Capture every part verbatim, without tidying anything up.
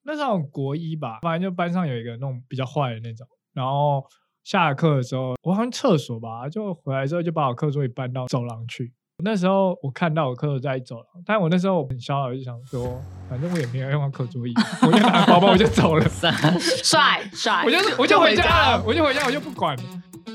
那时候国一吧，反正就班上有一个那种比较坏的那种，然后下课的时候，我好像厕所吧，就回来之后就把我课桌椅搬到走廊去。那时候我看到我课桌在走廊，但我那时候我很逍遥，就想说，反正我也没有用到课桌椅，我就拿包包我就走了， 帅帅， 我就我就回家了，我就回家，我就不管了。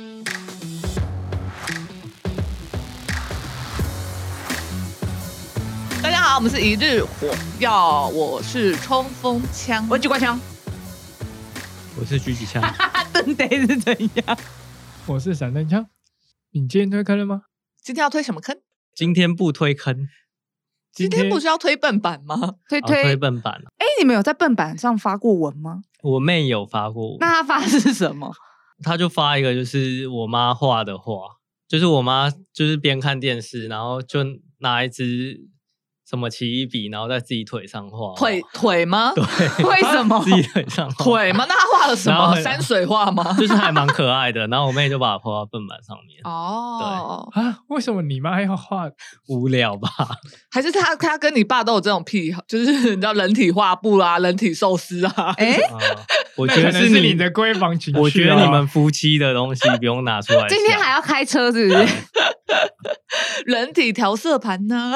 大家好，我们是一日火药，我是冲锋枪， 我是机关枪， 我是狙击枪， 灯得是怎样？ 我是散弹枪。你今天推坑了吗？ 今天要推什么坑？ 今天不推坑， 今天不是要推笨版吗？ 推推、 哦、推笨版。 哎，你们有在笨版上发过文吗？ 我妹有发过文。 那她发的是什么？ 她就发一个，就是我妈画的画，就是我妈就是边看电视，然后就拿一支什么奇异笔，然后在自己腿上画。 腿腿吗？ 对， 为什么自己腿上画腿吗？那她画了什么？山水画吗？ 就是还蛮可爱的。然后我妹就把它抛到笨板上面。 哦， 对啊，为什么你妈要画？ 无聊吧？ 还是她她跟你爸都有这种癖好，就是你知道人体画布啊，人体寿司啊？ 哎、 啊，我觉得是你你的闺房情趣、啊。 我觉得你们夫妻的东西不用拿出来。 今天还要开车是不是？ 人体调色盘呢？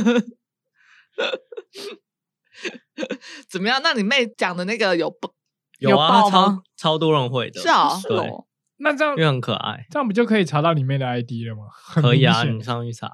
怎么样？那你妹讲的那个有有啊， 有爆吗？ 超超多人会的。 是啊， 对， 哦、 那这样因为很可爱， 这样不就可以查到你妹的 I D 了吗？ 可以啊，你上去查。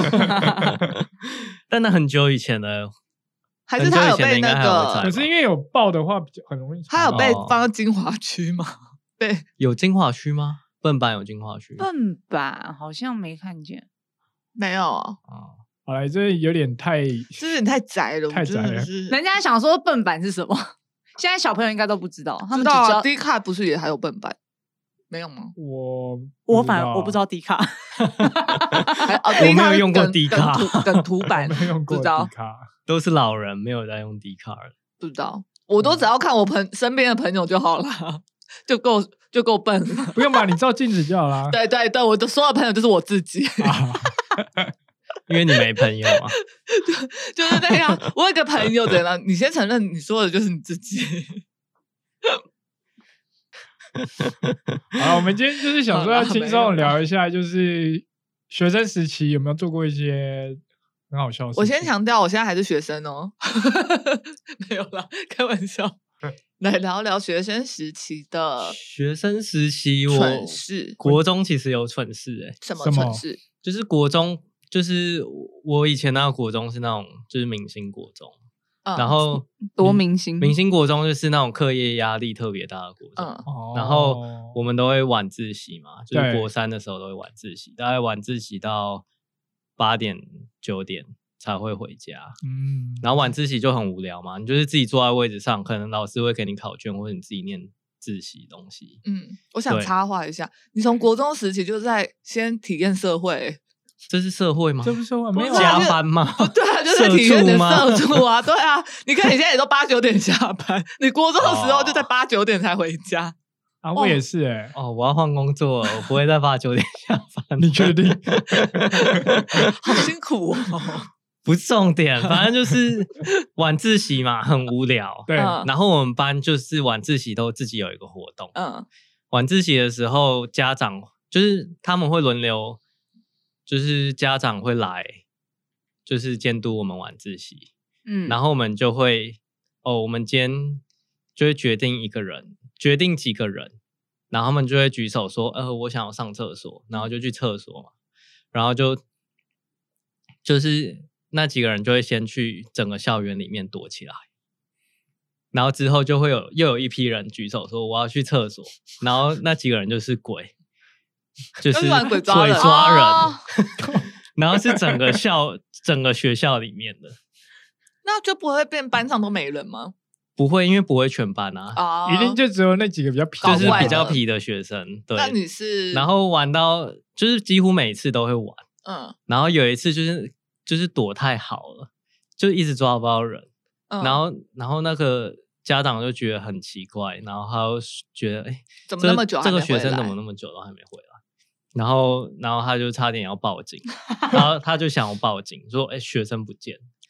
但那很久以前了， 还是他有被那个？ 可是因为有爆的话，比较很容易查到。 他有被放到精华区吗？对， 有精华区吗？笨版有精华区？ 笨版好像没看见， 没有啊。 哦好了，这有点太， 这有点太宅了， 太宅了。 人家想说笨版是什么，现在小朋友应该都不知道。他们知道啊 ，D 卡不是也还有笨版？没有吗？ 我我反而我不知道 D 卡， 我没有用过 D 卡， 梗图版没用过 D 卡， 都是老人，没有在用 D 卡了。 不知道，我都只要看我朋身边的朋友就好了，就够就够笨了， 不用吧？你照镜子就好啦。 对对对，我的所有朋友就是我自己。 因为你没朋友啊， 就, 就是那样。我有一个朋友怎样？你先承认你说的就是你自己。 好，我们今天就是想说要轻松聊一下，就是学生时期有没有做过一些很好笑的事情。 我先强调，我现在还是学生哦，没有啦，开玩笑。来聊聊学生时期的学生时期我蠢事。 国中其实有蠢事哎、欸， 什么蠢事？ 就是国中。就是我以前那个国中是那种就是明星国中，嗯、然后多明星明星国中就是那种课业压力特别大的国中，嗯、然后我们都会晚自习嘛，就是国三的时候都会晚自习，大概晚自习到八点九点才会回家，嗯，然后晚自习就很无聊嘛，你就是自己坐在位置上，可能老师会给你考卷或者你自己念自习东西。 嗯，我想插话一下，你从国中时期就在先体验社会。 这是社会吗？ 这不是社会，没有加班吗？ 对啊，就是体验的社畜啊，对啊。你看你现在也都八九点下班，你国中的时候就在八九点才回家。 啊，我也是哎、欸。 哦，我要换工作了，我不会在八九点下班。 你确定？ 好辛苦哦。 不是重点，反正就是晚自习嘛，很无聊。 对。 然后我们班就是晚自习都自己有一个活动。 嗯。 晚自习的时候，家长就是他们会轮流。就是家长会来，就是监督我们晚自习，嗯，然后我们就会，哦，我们今天就会决定一个人，决定几个人，然后他们就会举手说，呃，我想要上厕所，然后就去厕所嘛，然后就就是那几个人就会先去整个校园里面躲起来，然后之后就会有又有一批人举手说我要去厕所，然后那几个人就是鬼。就是鬼抓人， 抓人哦、然后是整个校、整个学校里面的， 那就不会变班上都没人吗？ 不会，因为不会全班啊， 哦、 一定就只有那几个比较皮， 就是比较皮的学生。对， 那你是， 然后玩到就是几乎每一次都会玩， 嗯， 然后有一次就是就是躲太好了，就一直抓不到人，嗯、然后然后那个。家长就觉得很奇怪，然后他就觉得，哎、欸， 怎么那么久这个学生怎么那么久都还没回来？然后，然后他就差点要报警，然后他就想要报警，说，哎、欸，学生不见，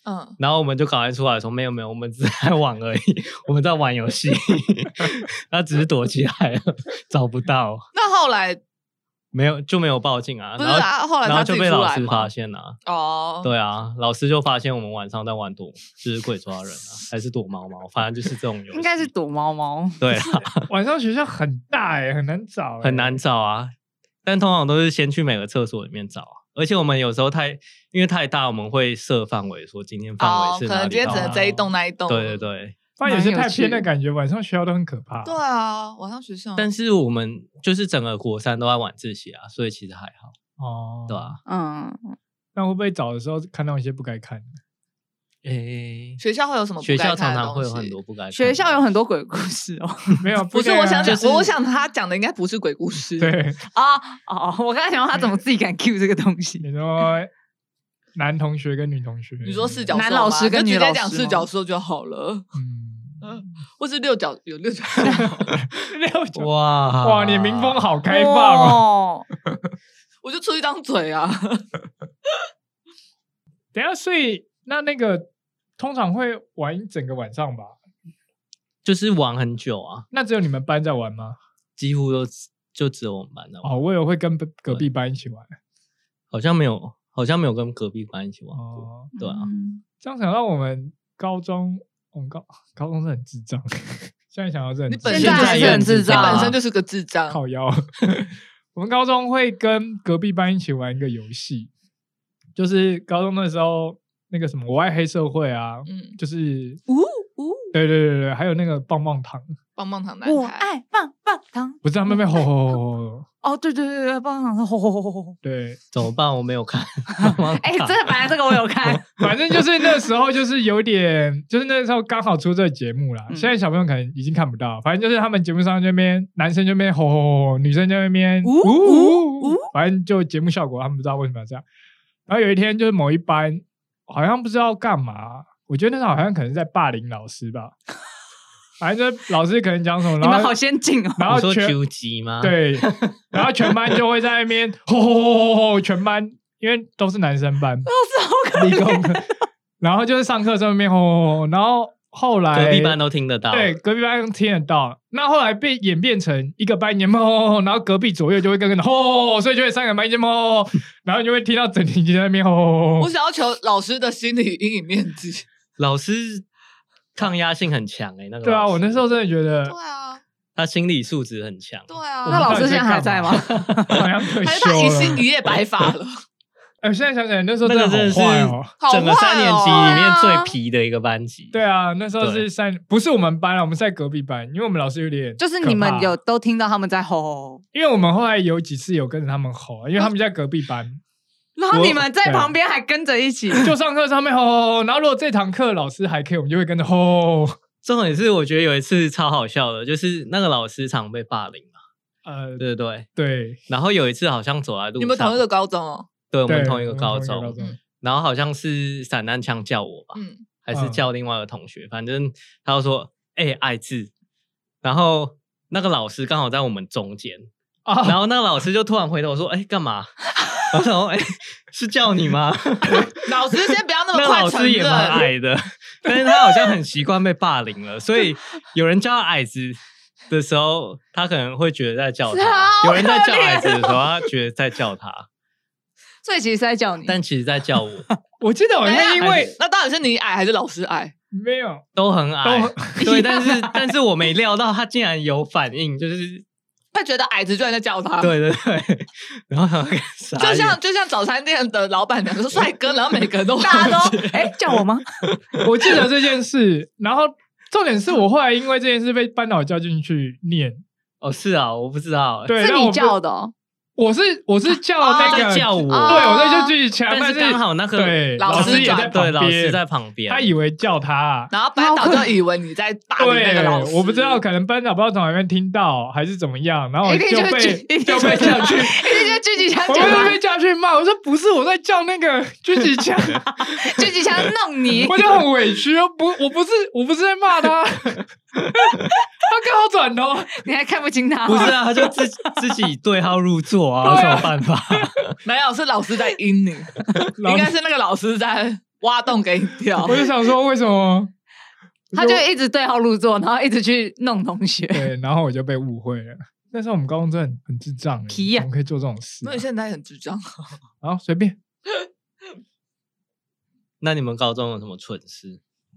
嗯，然后我们就赶快出来说没有没有，我们只是在玩而已，我们在玩游戏，他只是躲起来了，找不到。 那后来没有就没有报警啊？ 不是啊，后来然后就被老师吗发现了、啊。 哦， 对啊，老师就发现我们晚上在玩躲，就是鬼抓人啊，还是躲猫猫，反正就是这种游戏。 应该是躲猫猫。 对啊， 晚上学校很大哎、欸，很难找、欸， 很难找啊。但通常都是先去每个厕所里面找、啊，而且我们有时候太因为太大，我们会设范围，说今天范围是哪里、 哦、可能今天只能这一栋那一栋。 对对对， 不然有些太偏的感觉，晚上学校都很可怕。 对啊，晚上学校。 但是我们就是整个国三都在晚自习啊，所以其实还好。 哦， 对啊， 嗯， 那会不会找的时候看到一些不该看的？ 诶、欸， 学校会有什么不该看的东西？ 学校常常会有很多不该看的。 学校有很多鬼故事哦。 没有， 不是我想讲， 就是、 我想他讲的应该不是鬼故事。 对啊哦，我刚才想他怎么自己敢 cue 这个东西？ 你说男同学跟女同学， 你说四角兽男老师跟女老师， 直接讲四角兽就好了。 嗯， 或是六角有六角六角哇哇，你民风好开放哦！ 我就出一张嘴啊。 等一下，所以那那个通常会玩一整个晚上吧？ 就是玩很久啊。 那只有你们班在玩吗？ 几乎都就只有我们班在玩。 哦，我以为会跟隔壁班一起玩， 好像没有，好像没有跟隔壁班一起玩过。 哦， 对啊， 这样想到我们高中，我们高高中是很智障。现在想到这， 你本身还是很智障、 啊，你本身就是个智障。 靠腰。我们高中会跟隔壁班一起玩一个游戏，就是高中的时候那个什么我爱黑社会啊，嗯，就是呜呜， 对对对对，还有那个棒棒糖， 棒棒糖男孩， 我爱棒棒糖， 不是他们被吼吼吼吼。 哦，对对对对，棒棒糖吼吼吼吼吼。 对， 怎么办？我没有看。 哎，这个本来这个我有看， 反正就是那时候就是有点，就是那时候刚好出这个节目啦。嗯、现在小朋友可能已经看不到，反正就是他们节目上这边男生这边吼吼吼，女生在那边呜呜呜，反正就节目效果，他们不知道为什么要这样。然后有一天就是某一班好像不知道干嘛，我觉得那时候好像可能在霸凌老师吧。反正就老师可能讲什么， 你们好先进哦。 然后说纠集吗？ 对，然后全班就会在那边吼吼吼吼，全班因为都是男生班， 老师好可怜。 然后就是上课在那边吼吼吼，然后后来隔壁班都听得到， 对，隔壁班听得到。那后来被演变成一个班一吼吼吼，然后隔壁左右就会跟跟着吼吼吼，所以就会三个班一起吼吼吼，然后你就会听到整体就在那边吼吼吼。 我想要求老师的心理阴影面积， 老师。抗压性很强哎、欸，那个对啊，我那时候真的觉得， 对啊， 他心理素质很强。 对啊， 那老师现在还在吗？ 好像退休了， 还是他一夕一夜白发了？ 哎、欸，现在想起来那时候真的好坏哦， 整个三年级里面最皮的一个班级。 对啊，那时候是三，不是我们班啊，我们是在隔壁班，因为我们老师有点， 就是你们有都听到他们在吼， 因为我们后来有几次有跟着他们吼，因为他们在隔壁班。 然后你们在旁边还跟着一起， 就上课上面吼吼吼，然后如果这堂课老师还可以，我们就会跟着吼。 重点是我觉得有一次超好笑的，就是那个老师常被霸凌嘛，呃，对对对。 然后有一次好像走在路上， 你们同一个高中哦？ 对，我们同一个高中。 高中然后好像是散弹枪叫我吧，嗯，还是叫另外一个同学，嗯、反正他就说：“哎、欸，爱字。”然后那个老师刚好在我们中间，哦、然后那个老师就突然回头说：“哎、欸，干嘛？”然后哎、欸，是叫你吗？ 老师先不要那么快承认。 那老师也蛮矮的，但是他好像很习惯被霸凌了，所以有人叫他矮子的时候，他可能会觉得在叫他；有人在叫矮子的时候，他觉得在叫他。 所以其实是在叫你， 但其实在叫我。 我记得好像因为那到底是你矮还是老师矮？ 没有， 都很矮。对，但是但是我没料到他竟然有反应，就是。 他觉得矮子居然在叫他， 对对对，然后他就像就像早餐店的老板娘说帅哥，然后每个人都大家都哎、欸、叫我吗？ 我记得这件事，然后重点是我后来因为这件事被班导叫进去念。 哦，是啊，我不知道， 对， 是你叫的、哦。 我是我是叫那个、 哦、叫我，对， 我在就继续抢， 但是刚好那个对老师也在旁边， 老师在旁边， 他以为叫他， 然后班导就以为你在霸凌那个老师， 我不知道，可能班导不知道从哪边听到还是怎么样，然后我就被就被叫去， 一定就狙击枪， 我就被叫去骂，我说不是我在叫那个狙击枪， 狙击枪弄你， 我就很委屈，不，我不是我不是在骂他。他刚好转头， 你还看不清他？ 不是啊，他就自自己对号入座啊，有什么办法？ 没有，是老师在阴你，应该是那个老师在挖洞给你跳。 我就想说为什么？ 他就一直对号入座，然后一直去弄同学。 对，然后我就被误会了。那时候我们高中真的很很智障、欸， 皮呀、 怎么可以做这种事、啊？ 那你现在很智障。 好，随便。 那你们高中有什么蠢事？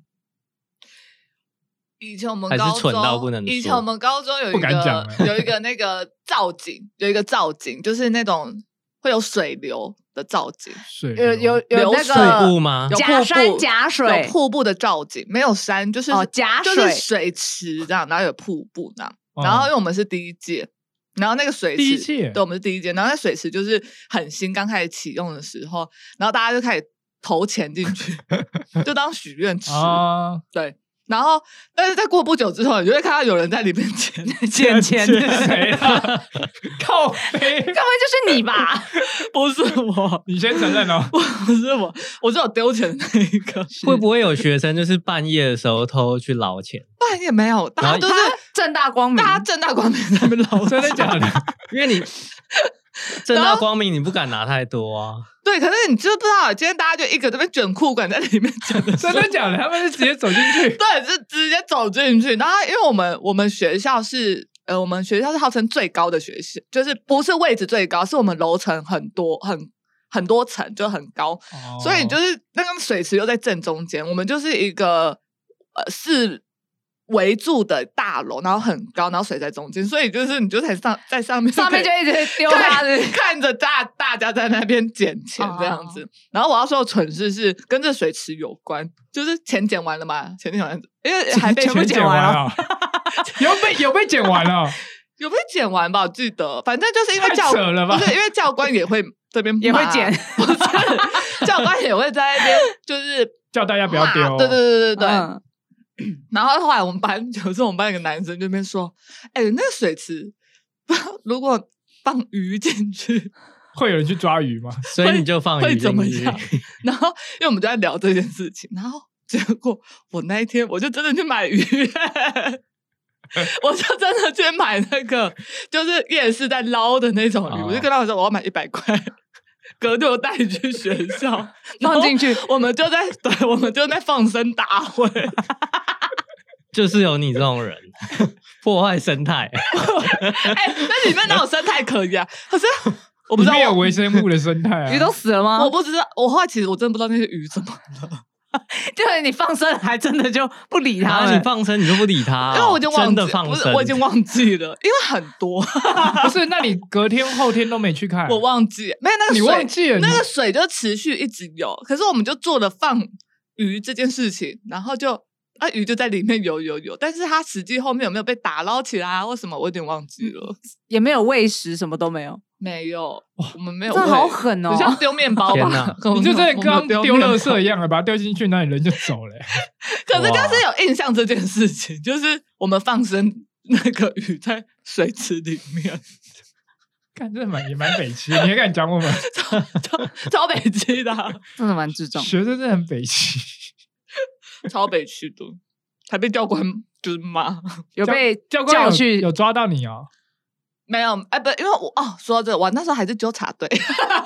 以前我们还是高中蠢到不能说以前我们高中有一不敢讲了个有一个那个造景，有一个造景，就是那种会有水流的造景， 水有有有流那瀑个布吗？ 有假山瀑布假水有瀑布的造景，没有山，就是哦假就是水水池这样，然后有瀑布这样。 哦然后因为我们是第一届，然后那个水池第一届对，我们是第一届，然后那水池就是很新，刚开始启用的时候，然后大家就开始投钱进去，就当许愿池， 啊， 对。然后，但是在过不久之后，你就会看到有人在里面捡捡钱是谁啊？靠背， 该不会就是你吧？ 不是我， 你先承认哦。 不是我，我是有丢钱的那一个。 会不会有学生就是半夜的时候偷去捞钱？ 半夜没有，大家都是正大光明， 大家正大光明在那边捞， 真的假的？ 因为你正大光明，你不敢拿太多啊。 对，可是你知不知道，今天大家就一个这边卷裤管在里面卷的， 真的假的？他们是直接走进去？ 对，是直接走进去。然后，因为我们我们学校是呃，我们学校是号称最高的学校，就是不是位置最高，是我们楼层很多很很多层，就很高， 哦所以就是那个水池又在正中间，我们就是一个呃四围住的大楼，然后很高，然后水在中间，所以就是你就在上在上面上面就一直丢看他的。 看着大大家在那边捡钱这样子。然后我要说的蠢事是跟这水池有关，就是钱捡完了嘛，钱捡完了，因为还被全部捡完了，有被有被捡完了， 有被捡完吧？我记得，反正就是因为太教扯了吧不是因为教官也会这边也会捡不是教官也会在那边就是叫大家不要丢骂对对对对对。 嗯然后后来我们班有时候我们班有个男生就那边说：“哎、欸，那个水池如果放鱼进去， 会有人去抓鱼吗？ 所以你就放会鱼进去。 怎么样？”然后因为我们就在聊这件事情，然后结果我那一天我就真的去买鱼。我就真的去买那个，就是夜市在捞的那种鱼， 哦我就跟他们说我要买一百块，隔天我带你去学校放进去， 我们就在对，我们就在放生大会， 就是有你这种人破坏生态。 哎、那里面哪有生态可言啊？可是我不知道里面有我微生物的生态啊， 鱼都死了吗？ 我不知道，我后来其实我真的不知道那些鱼怎么了。 就是你放生，还真的就不理他然后们。 你放生，你就不理他、哦， 因为我已经忘真记， 的放生， 不是我已经忘记了，因为很多不是？那你隔天后天都没去看？ 我忘记了，没有那个你水忘记了？ 那个水就持续一直有，可是我们就做了放鱼这件事情，然后就啊鱼就在里面游游游，但是它实际后面有没有被打捞起来啊或什么，我有点忘记了。 也没有喂食，什么都没有， 没有，我们没有这喂， 好狠哦就！像丢面包吧天哪， 你就真的刚丢垃垃圾一样了，把它丢进去，那你人就走了、欸。 可是就是有印象这件事情，就是我们放生那个鱼在水池里面， 看这蛮也蛮北齐，你还敢讲我们？ 超超超北区的啊、 真的蛮智障。 学生真的很北齐， 超北区的，还被教官就是骂。 有被教官有叫去有抓到你哦？ 没有，哎，不，因为我哦，说到这个，我那时候还是纠察队，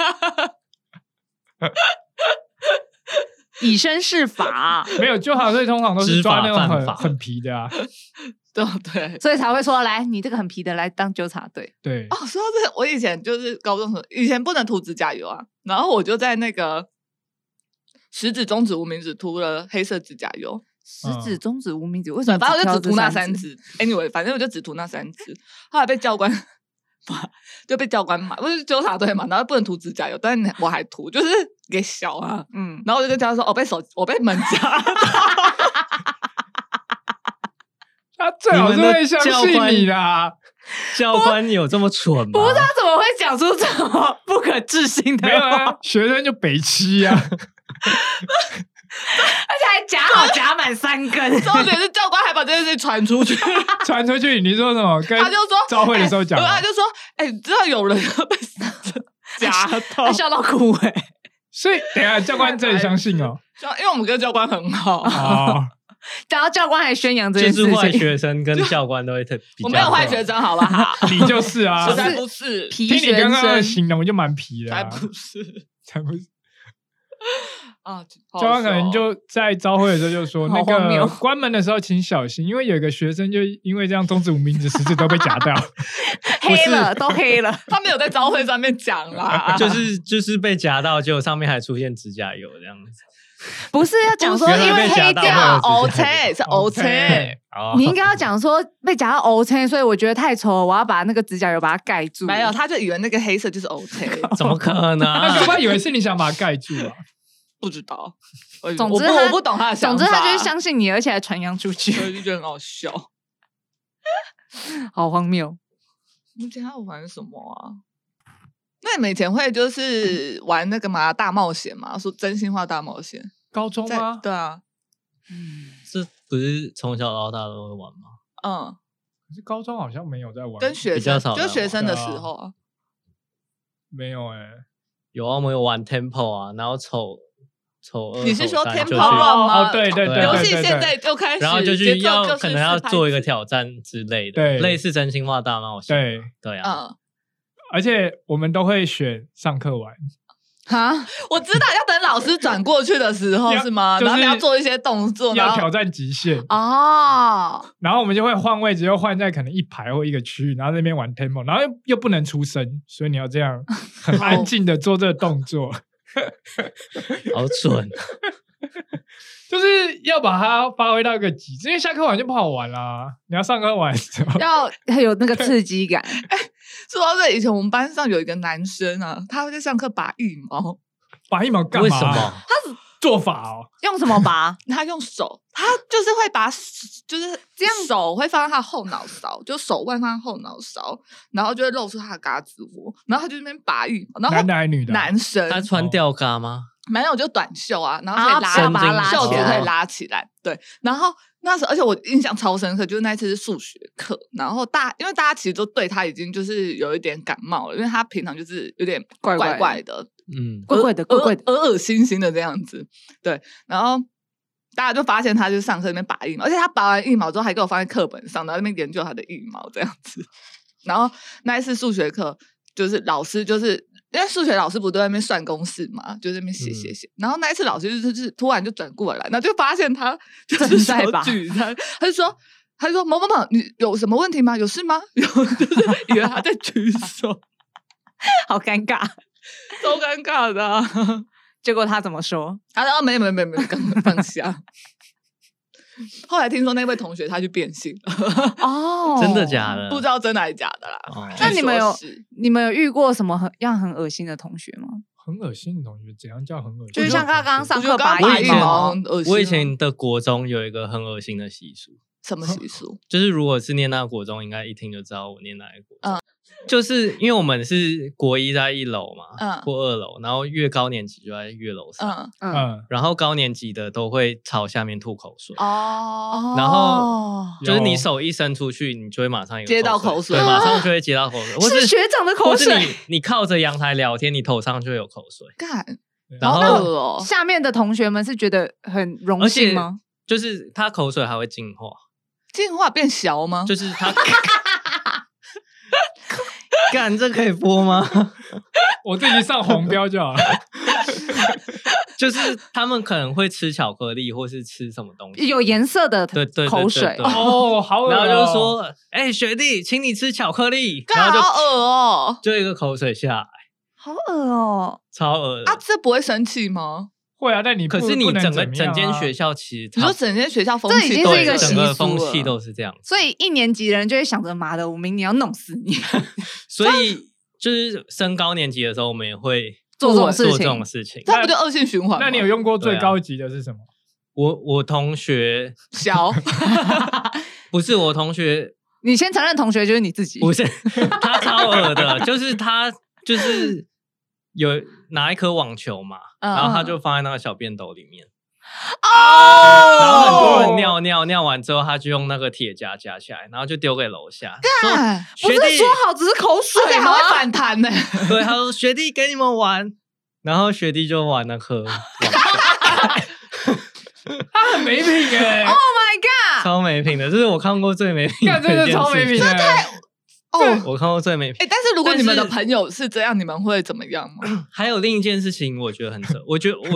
以身试法， 没有，就好像通常都是抓那种知法犯法很很皮的啊。 对对。 所以才会说来，你这个很皮的来当纠察队。 对， 哦，说到这个，我以前就是高中时候，以前不能涂指甲油啊，然后我就在那个食指、中指、无名指涂了黑色指甲油， 食指、中指、无名指，为什么反正我就只涂那挑这三支。Anyway，反正我就只涂那三支，后来被教官就被教官骂，我是纠察队嘛，然后不能涂指甲油，但是我还涂，就是给小啊， 嗯， 然后我就跟教官说，我、哦、被手，我被门夹。 他最好是会相信你啦。 教官有这么蠢吗？ 不是他怎么会讲出这么不可置信的没有话？ 啊，学生就北七啊。 而且还夹好夹满三根。 重点是教官还把这件事传出去， 传出去，你说什么？跟他就说朝会的时候讲、 欸，他就说：“哎、欸，你知道有人被夹到， 他笑到哭哎、欸。” 所以等一下教官真的相信哦， 因为我们跟教官很好。 哦， 然后教官还宣扬这件事情， 就是坏学生跟教官都会特比较。 我没有坏学生，好不好？ 你就是啊， 我才不是皮学听你刚刚的生。 形容就蛮皮的、啊， 才不是， 才不是。 啊， 教官可能就在朝会的时候就说，那好荒谬个关门的时候请小心，因为有一个学生就因为这样中指无名指食指都被夹到， 黑了都黑了。 他没有在朝会上面讲啦， 就是就是被夹到，结果上面还出现指甲油这样子。 不是要讲说原来因为被夹到黑掉会有 O 指甲 K 油是 O K， 哦你应该要讲说被夹到 O C， 所以我觉得太丑了，我要把那个指甲油把它盖住。 没有，他就以为那个黑色就是 O K， 怎么可能？ 那搞不好以为是你想把它盖住啊。 不知道。我不总之他我不懂他的想法， 总之他就是相信你，而且还传扬出去， 所以就觉得很好笑。 好荒谬。 你今天要玩什么啊？那你们以前会就是玩那个嘛大冒险嘛？说真心话大冒险， 高中在吗？ 对啊， 这不是从小到大都会玩吗？ 嗯， 可是高中好像没有在玩， 跟学生就比较少在玩学生的时候啊， 没有哎、 有啊，我们有玩 Temple 啊，然后丑丑二。 你是说丑三 Temple 就去 Run 吗？ 哦对对对游对对戏现在就开始， 然后就节奏去要就是可能要四拍做一个子， 挑战之类的， 对类似真心话大冒险。 对， 对啊， 嗯。 而且我们都会选上课玩， 哈， 我知道要等老师转过去的时候要是吗？ 就是然后你要做一些动作，然后要挑战极限， 哦， 然后我们就会换位置，又换在可能一排或一个区域，然后那边玩 tempo，然后又又不能出声，所以你要这样很安静的做这个动作， 好准。 就是要把它发挥到一个极致，因为下课玩就不好玩啦。你要上课玩的时候， 要有那个刺激感。 说到这，以前我们班上有一个男生啊，他会在上课拔羽毛， 拔一毛干嘛？ 为什么？ 做法哦？ 用什么拔？ 他用手，他就是会把就是这样手会放在他的后脑勺，就手腕放在后脑勺，然后就会露出他的嘎子窝，然后他就在那边拔羽毛，然后男的还是女的？ 男生他穿吊嘎吗？ 没有就短袖啊，然后可以拉， 啊把它拉袖子起来可以拉起来，对，然后。那时候，而且我印象超深刻，就是那一次是数学课，然后大，因为大家其实都对他已经就是有一点感冒了，因为他平常就是有点怪怪的怪怪的， 嗯， 怪怪的，怪怪的。 恶恶心心的这样子，对，然后大家就发现他就上课那边拔羽毛，而且他拔完羽毛之后还给我放在课本上，然后那边研究他的羽毛这样子，然后那一次数学课就是老师就是。因为数学老师不都在那边算公式嘛，就在那边写写写。然后那一次老师就是就是突然就转过来，然后就发现他就是手举他，他就说他就说某某某，你有什么问题吗？有事吗？有，就是以为他在举手， 好尴尬， 超尴尬的、啊。 结果他怎么说？ 他说没有没有没有没有，刚放下。后来听说那位同学他去变性了， 哦， 真的假的？ 不知道真的还是假的啦。 哦那你们有据说是你们有遇过什么很样很恶心的同学吗？ 很恶心的同学，怎样叫很恶心？ 就是像他刚刚上我觉得课拔刚刚拔羽羽毛毛很恶心啊。 我以前的国中有一个很恶心的习俗， 什么习俗？ 就是如果是念那个国中，应该一听就知道我念哪个国中。 嗯就是因为我们是国一在一楼嘛， 嗯或二楼，然后越高年级就在越楼上， 嗯嗯， 嗯， 然后高年级的都会朝下面吐口水。 哦， 然后就是你有手一伸出去，你就会马上有接到口水对，马上就会接到口水，或是学长的口水或是你你靠着阳台聊天，你头上就有口水， 干， 然好恶后哦， 下面的同学们是觉得很荣幸吗？ 就是他口水还会净化， 进化变小吗？ 就是他。干，这可以播吗？ 我自己上红标就好了。 就是他们可能会吃巧克力，或是吃什么东西， 有颜色的对对对口水对对哦，好恶哦。 然后就是说，哎、学弟，请你吃巧克力，然后就干好恶哦， 就一个口水下来， 好恶哦！ 超恶的。 啊，这不会生气吗？ 会啊，但你不可是你不能整个怎么样啊整间学校其实你差说整间学校风这已气都经是一个这样对整个习俗了风气都是这样子， 所以一年级的人就会想着，妈的，我明年要弄死你！ 所以就是升高年级的时候，我们也会做这种事情做这种事情。 这不就恶性循环吗？ 那你有用过最对啊高级的是什么？ 我我同学小不是我同学， 你先承认同学就是你自己， 不是他超恶的，就是他就是有拿一颗网球嘛， 嗯然后他就放在那个小便斗里面， 哦然后很多人尿尿尿完之后，他就用那个铁夹夹起来，然后就丢给楼下，说干不是学弟说好只是口而且水吗？ 还会反弹呢。 对，他说学弟给你们玩，然后学弟就玩那颗网球， 他很没品哎、 Oh my god！ 超没品的，这是我看过最没品的干一件事情， 真的超没品的、 哦， 我看过最没品哎，。但是如果你们的但是朋友是这样，你们会怎么样吗？ 还有另一件事情，我觉得很扯。我觉得我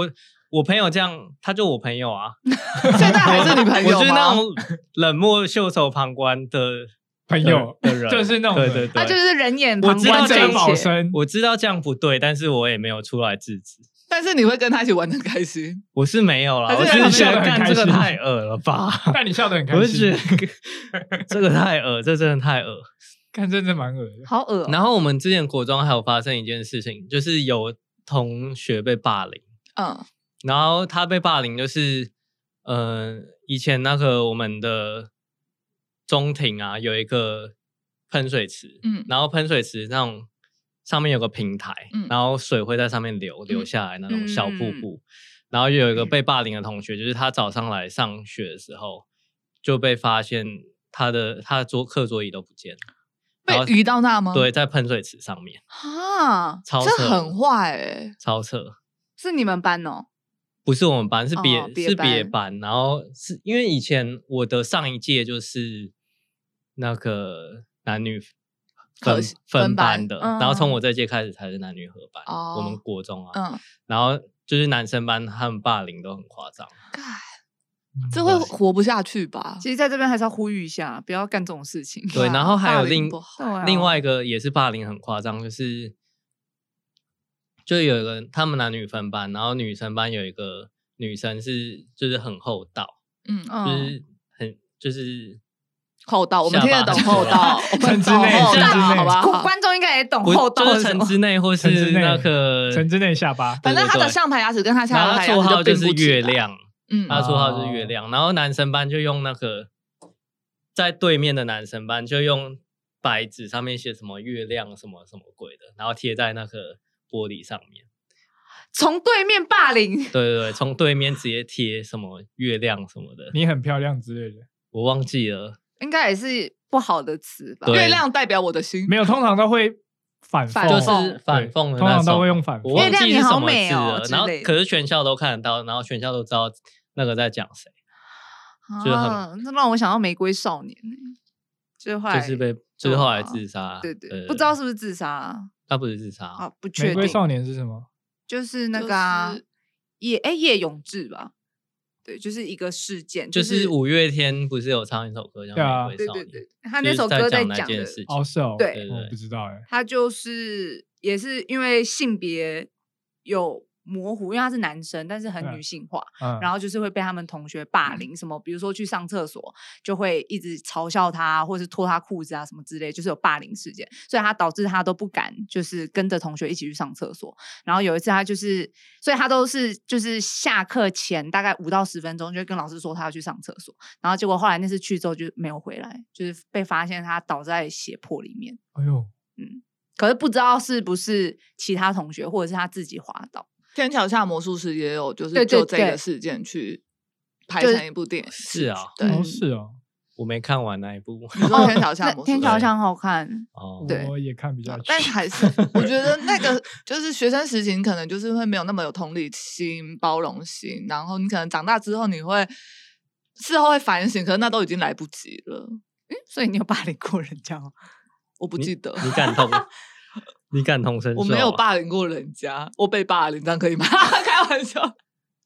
我朋友这样，他就我朋友啊， 现在还是你朋友吗？ 我就是那种冷漠袖手旁观的朋友的人， 就是那种人对对对， 他就是人眼旁我知道观这珍一切。 宝生， 我知道这样不对，但是我也没有出来制止。 但是你会跟他一起玩的开心。 我是没有啦，我还是你是觉得笑得很干这个开心太恶了吧， 但你笑得很开我是觉心， 得这个太恶，这真的太恶。 看真的蛮恶的。 好恶、哦。 然后我们之前国中还有发生一件事情，就是有同学被霸凌， 嗯然后他被霸凌就是，呃，以前那个我们的中庭啊有一个喷水池， 嗯然后喷水池那种上面有个平台， 嗯然后水会在上面流流下来那种小瀑布，然后又有一个被霸凌的同学，就是他早上来上学的时候就被发现他的他的桌课桌椅都不见了。 被移到那吗？ 对，在喷水池上面， 啊， 这超扯， 很坏哎、欸。 超扯。 是你们班哦？ 不是我们班，是别、 哦别是别班班。然后是因为以前我的上一届就是那个男女分合分分班班的， 嗯然后从我这届开始才是男女合班。 哦我们国中啊， 嗯， 然后就是男生班，他们霸凌都很夸张。 干这会活不下去吧？ 其实在这边还是要呼吁一下，不要干这种事情。 对， 啊然后还有霸凌另不好对啊另外一个也是霸凌很夸张，就是就有一个他们男女分班，然后女生班有一个女生是就是很厚道， 嗯， 嗯就是很就是厚道，我们下听得懂巴出来厚道，我们懂城之内厚道， 城之内好吧？ 观观众应该也懂不厚道就是城是什么之内或是城之内那个城之内下巴， 反正他的对对对上排牙齿跟他下然后他排牙齿绰号就是并不起来， 月亮， 嗯， 他的绰号就是月亮。然后男生班就用那个在对面的男生班就用白纸上面写什么月亮什么什么鬼的，然后贴在那个玻璃上面。 从对面霸凌。 对对对，从对面直接贴什么月亮什么的， 你很漂亮之类的。 我忘记了。 应该也是不好的词吧？ 对月亮代表我的心， 没有，通常都会反反讽， 就是反讽的通常都那种会用反讽我忘月亮你好记是什么字美哦了。然后之类的可是全校都看得到，然后全校都知道那个在讲谁，就是很啊，那让我想到玫瑰少年欸，就是后来就是被就是后来自杀。 对对， 呃不知道是不是自杀啊？ 他不是自杀， 啊，不确定。 玫瑰少年是什么？ 就是那个啊就是叶哎叶永志吧？对，就是一个事件， 就是是五月天不是有唱一首歌叫对啊 《玫瑰少年对对对》，，他就是那首歌在那讲的， 件事情。 哦，是哦， 对对对我不知道哎。 他就是也是因为性别有模糊，因为他是男生，但是很嗯女性化， 嗯， 然后就是会被他们同学霸凌，什么比如说去上厕所就会一直嘲笑他，或是脱他裤子啊什么之类，就是有霸凌事件，所以他导致他都不敢就是跟着同学一起去上厕所。然后有一次他就是，所以他都是就是下课前大概五到十分钟就会跟老师说他要去上厕所，然后结果后来那次去之后就没有回来，就是被发现他倒在血泊里面。 哎呦， 嗯，可是不知道是不是其他同学或者是他自己滑倒。 天桥下魔术师也有就是对对就这个对事件去拍就是成一部电影， 是啊对， 哦是哦， 我没看完那一部。 你说天桥下那魔术师天桥下很好看， 哦， 对我也看比较久， 但还是我觉得那个就是学生时期，你可能就是会没有那么有同理心、包容心，然后你可能长大之后，你会事后会反省，可是那都已经来不及了。 所以你有霸凌过人家吗？ 我不你记得， 你感同，你感同身受啊。 我没有霸凌过人家，我被霸凌，这样可以吗？开玩笑。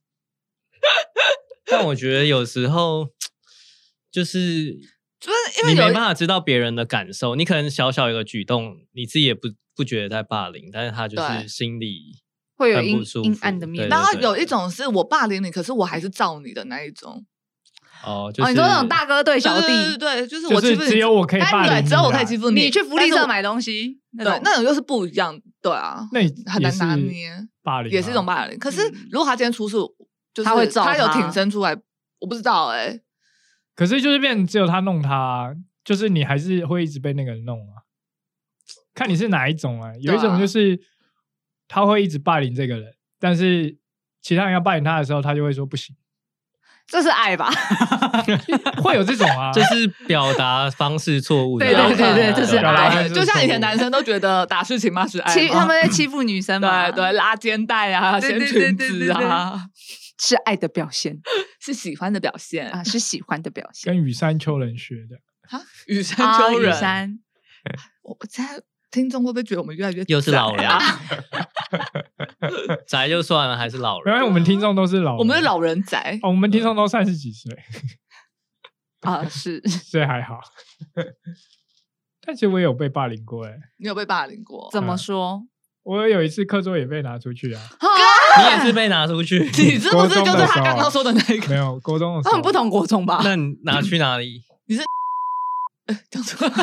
但我觉得有时候就是就是因为有你没办法知道别人的感受，你可能小小一个举动，你自己也不不觉得在霸凌，但是他就对是心里会有阴很不舒服阴暗的面对然后对有一种是我霸凌你，可是我还是罩你的那一种。 哦，就是哦，你说那种大哥对小弟， 对对对，就是就是我欺负你， 只有我可以霸凌对， 你只有我可以啦欺负你。 你去福利但是我社买东西，那对种， 那种又是不一样，对啊， 那也很难拿也是捏， 霸凌， 也是一种。霸凌。可是嗯如果他今天出事，就是他会罩他有他挺身出来，我不知道哎、 可是就是变成只有他弄他，就是你还是会一直被那个人弄啊。看你是哪一种啊？有一种就是他会一直霸凌这个人，但是其他人要霸凌他的时候，他就会说不行。 这是爱吧？ 会有这种啊， 就是表达方式错误的对啊， 对对对，这是爱表达方。式就像以前男生都觉得打是情骂是爱欺嘛， 他们在欺负女生嘛？ 对对拉肩带啊、掀对对对裙子对对对啊， 是爱的表现是喜欢的表现啊，是喜欢的表现。 跟羽山丘人学的。 啊。羽山啊丘人， 雨山， 我我现在听众会不会觉得我们越来越又是老人宅啊？ 宅就算了，还是老人。 因为我们听众都是老人， 我们是老人宅、 哦，我们听众都三十几岁啊，是， 所以还好。但其实我也有被霸凌过哎、欸， 你有被霸凌过？ 怎么说？ 我有一次课桌也被拿出去啊。 你也是被拿出去？ 你是不是就是他刚刚说的那个？ 没有，国中的时候他们不同国中吧？ 那你拿去哪里？ 你是讲错了，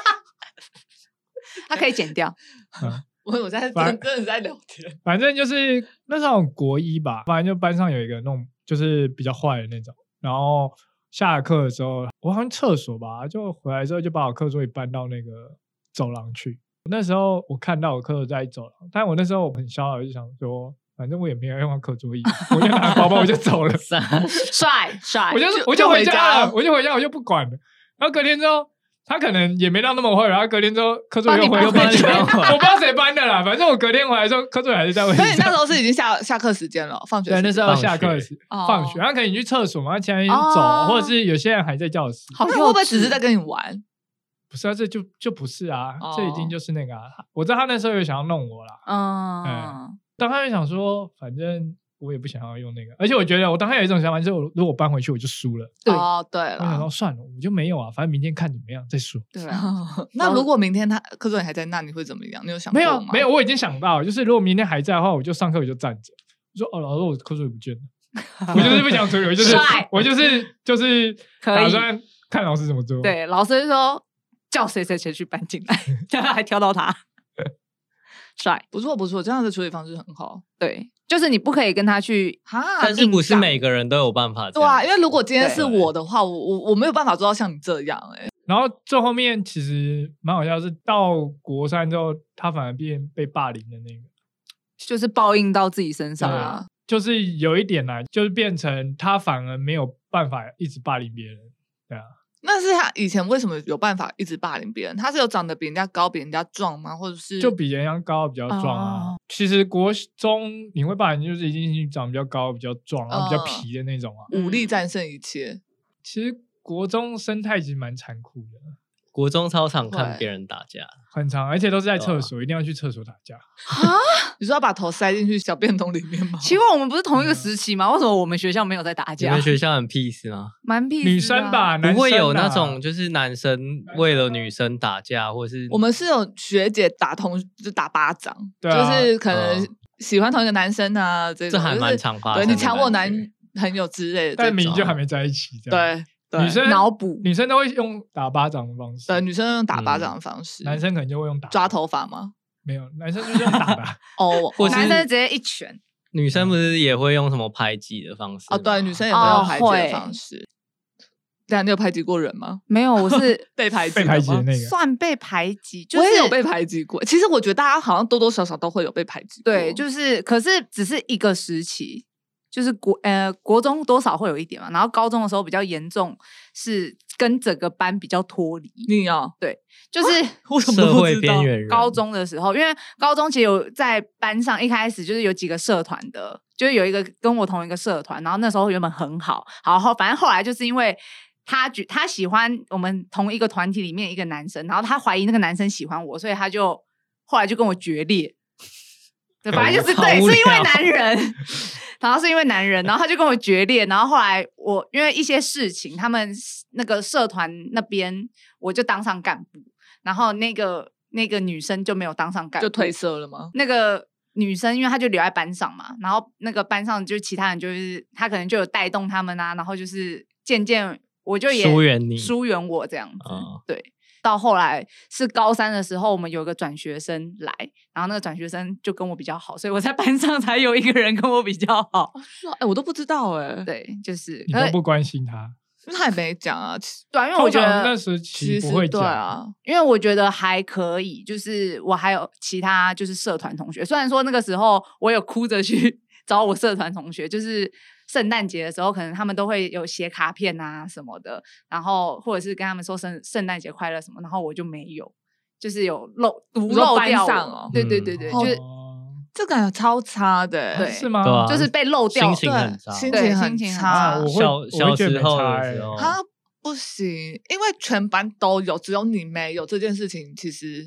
他可以剪掉。 嗯我我在真反真的在聊天。 反正就是那时候国一吧，反正就班上有一个那种就是比较坏的那种，然后下课的时候，我好像厕所吧，就回来之后就把我课桌椅搬到那个走廊去。那时候我看到我课桌在走廊，但我那时候我很逍遥，就想说，反正我也没有用到课桌椅，我就拿包包我就走了， 帅帅， 我就就我就回家就回家了，我就回家我就不管了。然后隔天之后。他可能也没到那么坏，然后隔天之后课桌又回又搬你搬回来我不知道谁搬的啦，反正我隔天回来之后课桌还是在位置上。 所以你那时候是已经下下课时间了，放学对， 时间。 那时候下课时放学放学，然后可能你去厕所嘛，其他人走， 哦或者是有些人还在教室。 好那会不会只是在跟你玩？ 不是啊，这就就不是啊， 哦这已经就是那个啊。我知道他那时候有想要弄我啦， 嗯， 当他就想说，反正我也不想要用那个，而且我觉得我当时有一种想法，就是我如果搬回去我就输了。 对哦，对我想说了， 算了，我就没有啊，反正明天看怎么样再说。 对啊， 那如果明天他课桌椅还在那，你会怎么样？你有想过吗？ 没有没有，我已经想到了，就是如果明天还在的话，我就上课我就站着。我说哦，老师我课桌椅不见了，我就是不想处理，我就是帅我就是就是可以打算看老师怎么做。 对，老师就说叫谁谁谁去搬进来，这样还挑到他，帅， 不错不错，这样的处理方式很好对，就是你不可以跟他去哈。 但是不是每个人都有办法这对啊， 样？ 因为如果今天是对我的话，我我我没有办法做到像你这样哎、欸。 然后最后面其实蛮好笑，是到国三之后，他反而变被霸凌的那个， 就是报应到自己身上对啊。 就是有一点啦，就是变成他反而没有办法一直霸凌别人，对啊。 那是他以前为什么有办法一直霸凌别人？他是有长得比人家高、比人家壮吗？或者是就比人家高，比较壮啊。 哦其实国中你会霸凌，就是一定是长得比较高、比较壮，然后比较皮的那种啊。 武力战胜一切？ 其实国中生态其实蛮残酷的， 国中操场看会别人打架， 很长，而且都是在厕所，一定要去厕所打架。 啊， 你说要把头塞进去小便桶里面吗？ 奇怪，我们不是同一个时期吗？为什么我们学校没有在打你架们？学校很 peace 吗？ 蛮屁女生吧，男生啊不会有那种就是男生为了女生打架，或是我们是有学姐打同就打巴掌， 对啊就是可能嗯喜欢同一个男生啊，这种这还蛮就是常发生的对你抢我感男觉朋友之类的这种， 但明明就还没在一起，这样。 对对女生脑补女生都会用打巴掌的方式， 对女生用打巴掌的方式， 男生可能就会用打抓头发吗？ 没有，男生就是用打的啊。 哦， 或是男生直接一拳， 女生不是也会用什么排挤的方式哦，对， 吗女生也会哦用排挤的会方式。对啊，你有排挤过人吗？ 没有，我是被排挤被排挤的吗那个。 算被排挤，就是我也有被排挤过。其实我觉得大家好像多多少少都会有被排挤过。 对，就是可是只是一个时期，就是国呃国中多少会有一点嘛，然后高中的时候比较严重，是跟整个班比较脱离， 你哦， 就是。 我怎么都社会不知道边缘人。 高中的时候，因为高中其实有在班上一开始就是有几个社团的，就是有一个跟我同一个社团，然后那时候原本很好，好后反正后来就是因为他觉他喜欢我们同一个团体里面一个男生，然后他怀疑那个男生喜欢我，所以他就后来就跟我决裂。对，反正就是对， 好无是因为聊男人，然后是因为男人，然后他就跟我决裂，然后后来我因为一些事情，他们那个社团那边我就当上干部，然后那个那个女生就没有当上干部， 就褪色了吗？ 那个女生，因为她就留在班上嘛，然后那个班上就其他人就是她可能就有带动他们啊，然后就是渐渐我就也疏远你疏远我这样子， 哦对。到后来是高三的时候，我们有个转学生来，然后那个转学生就跟我比较好，所以我在班上才有一个人跟我比较好。 是啊，哎，我都不知道哎， 对，就是你都不关心他， 因为他也没讲啊。其对啊，因为我觉通常那得， 时其期实对不会讲。 啊， 因为我觉得还可以，就是我还有其他就是社团同学，虽然说那个时候我有哭着去找我社团同学，就是圣诞节的时候，可能他们都会有写卡片啊什么的，然后或者是跟他们说圣圣诞节快乐什么，然后我就没有，就是有漏独你说班漏掉我上哦对对对对， 嗯就是哦这感觉超差的欸， 对是吗？ 对啊就是被漏掉心情很差对，心对情很心情很差啊，。我会小我会小觉得没时候差欸的时候， 他不行，因为全班都有，只有你没有这件事情，其实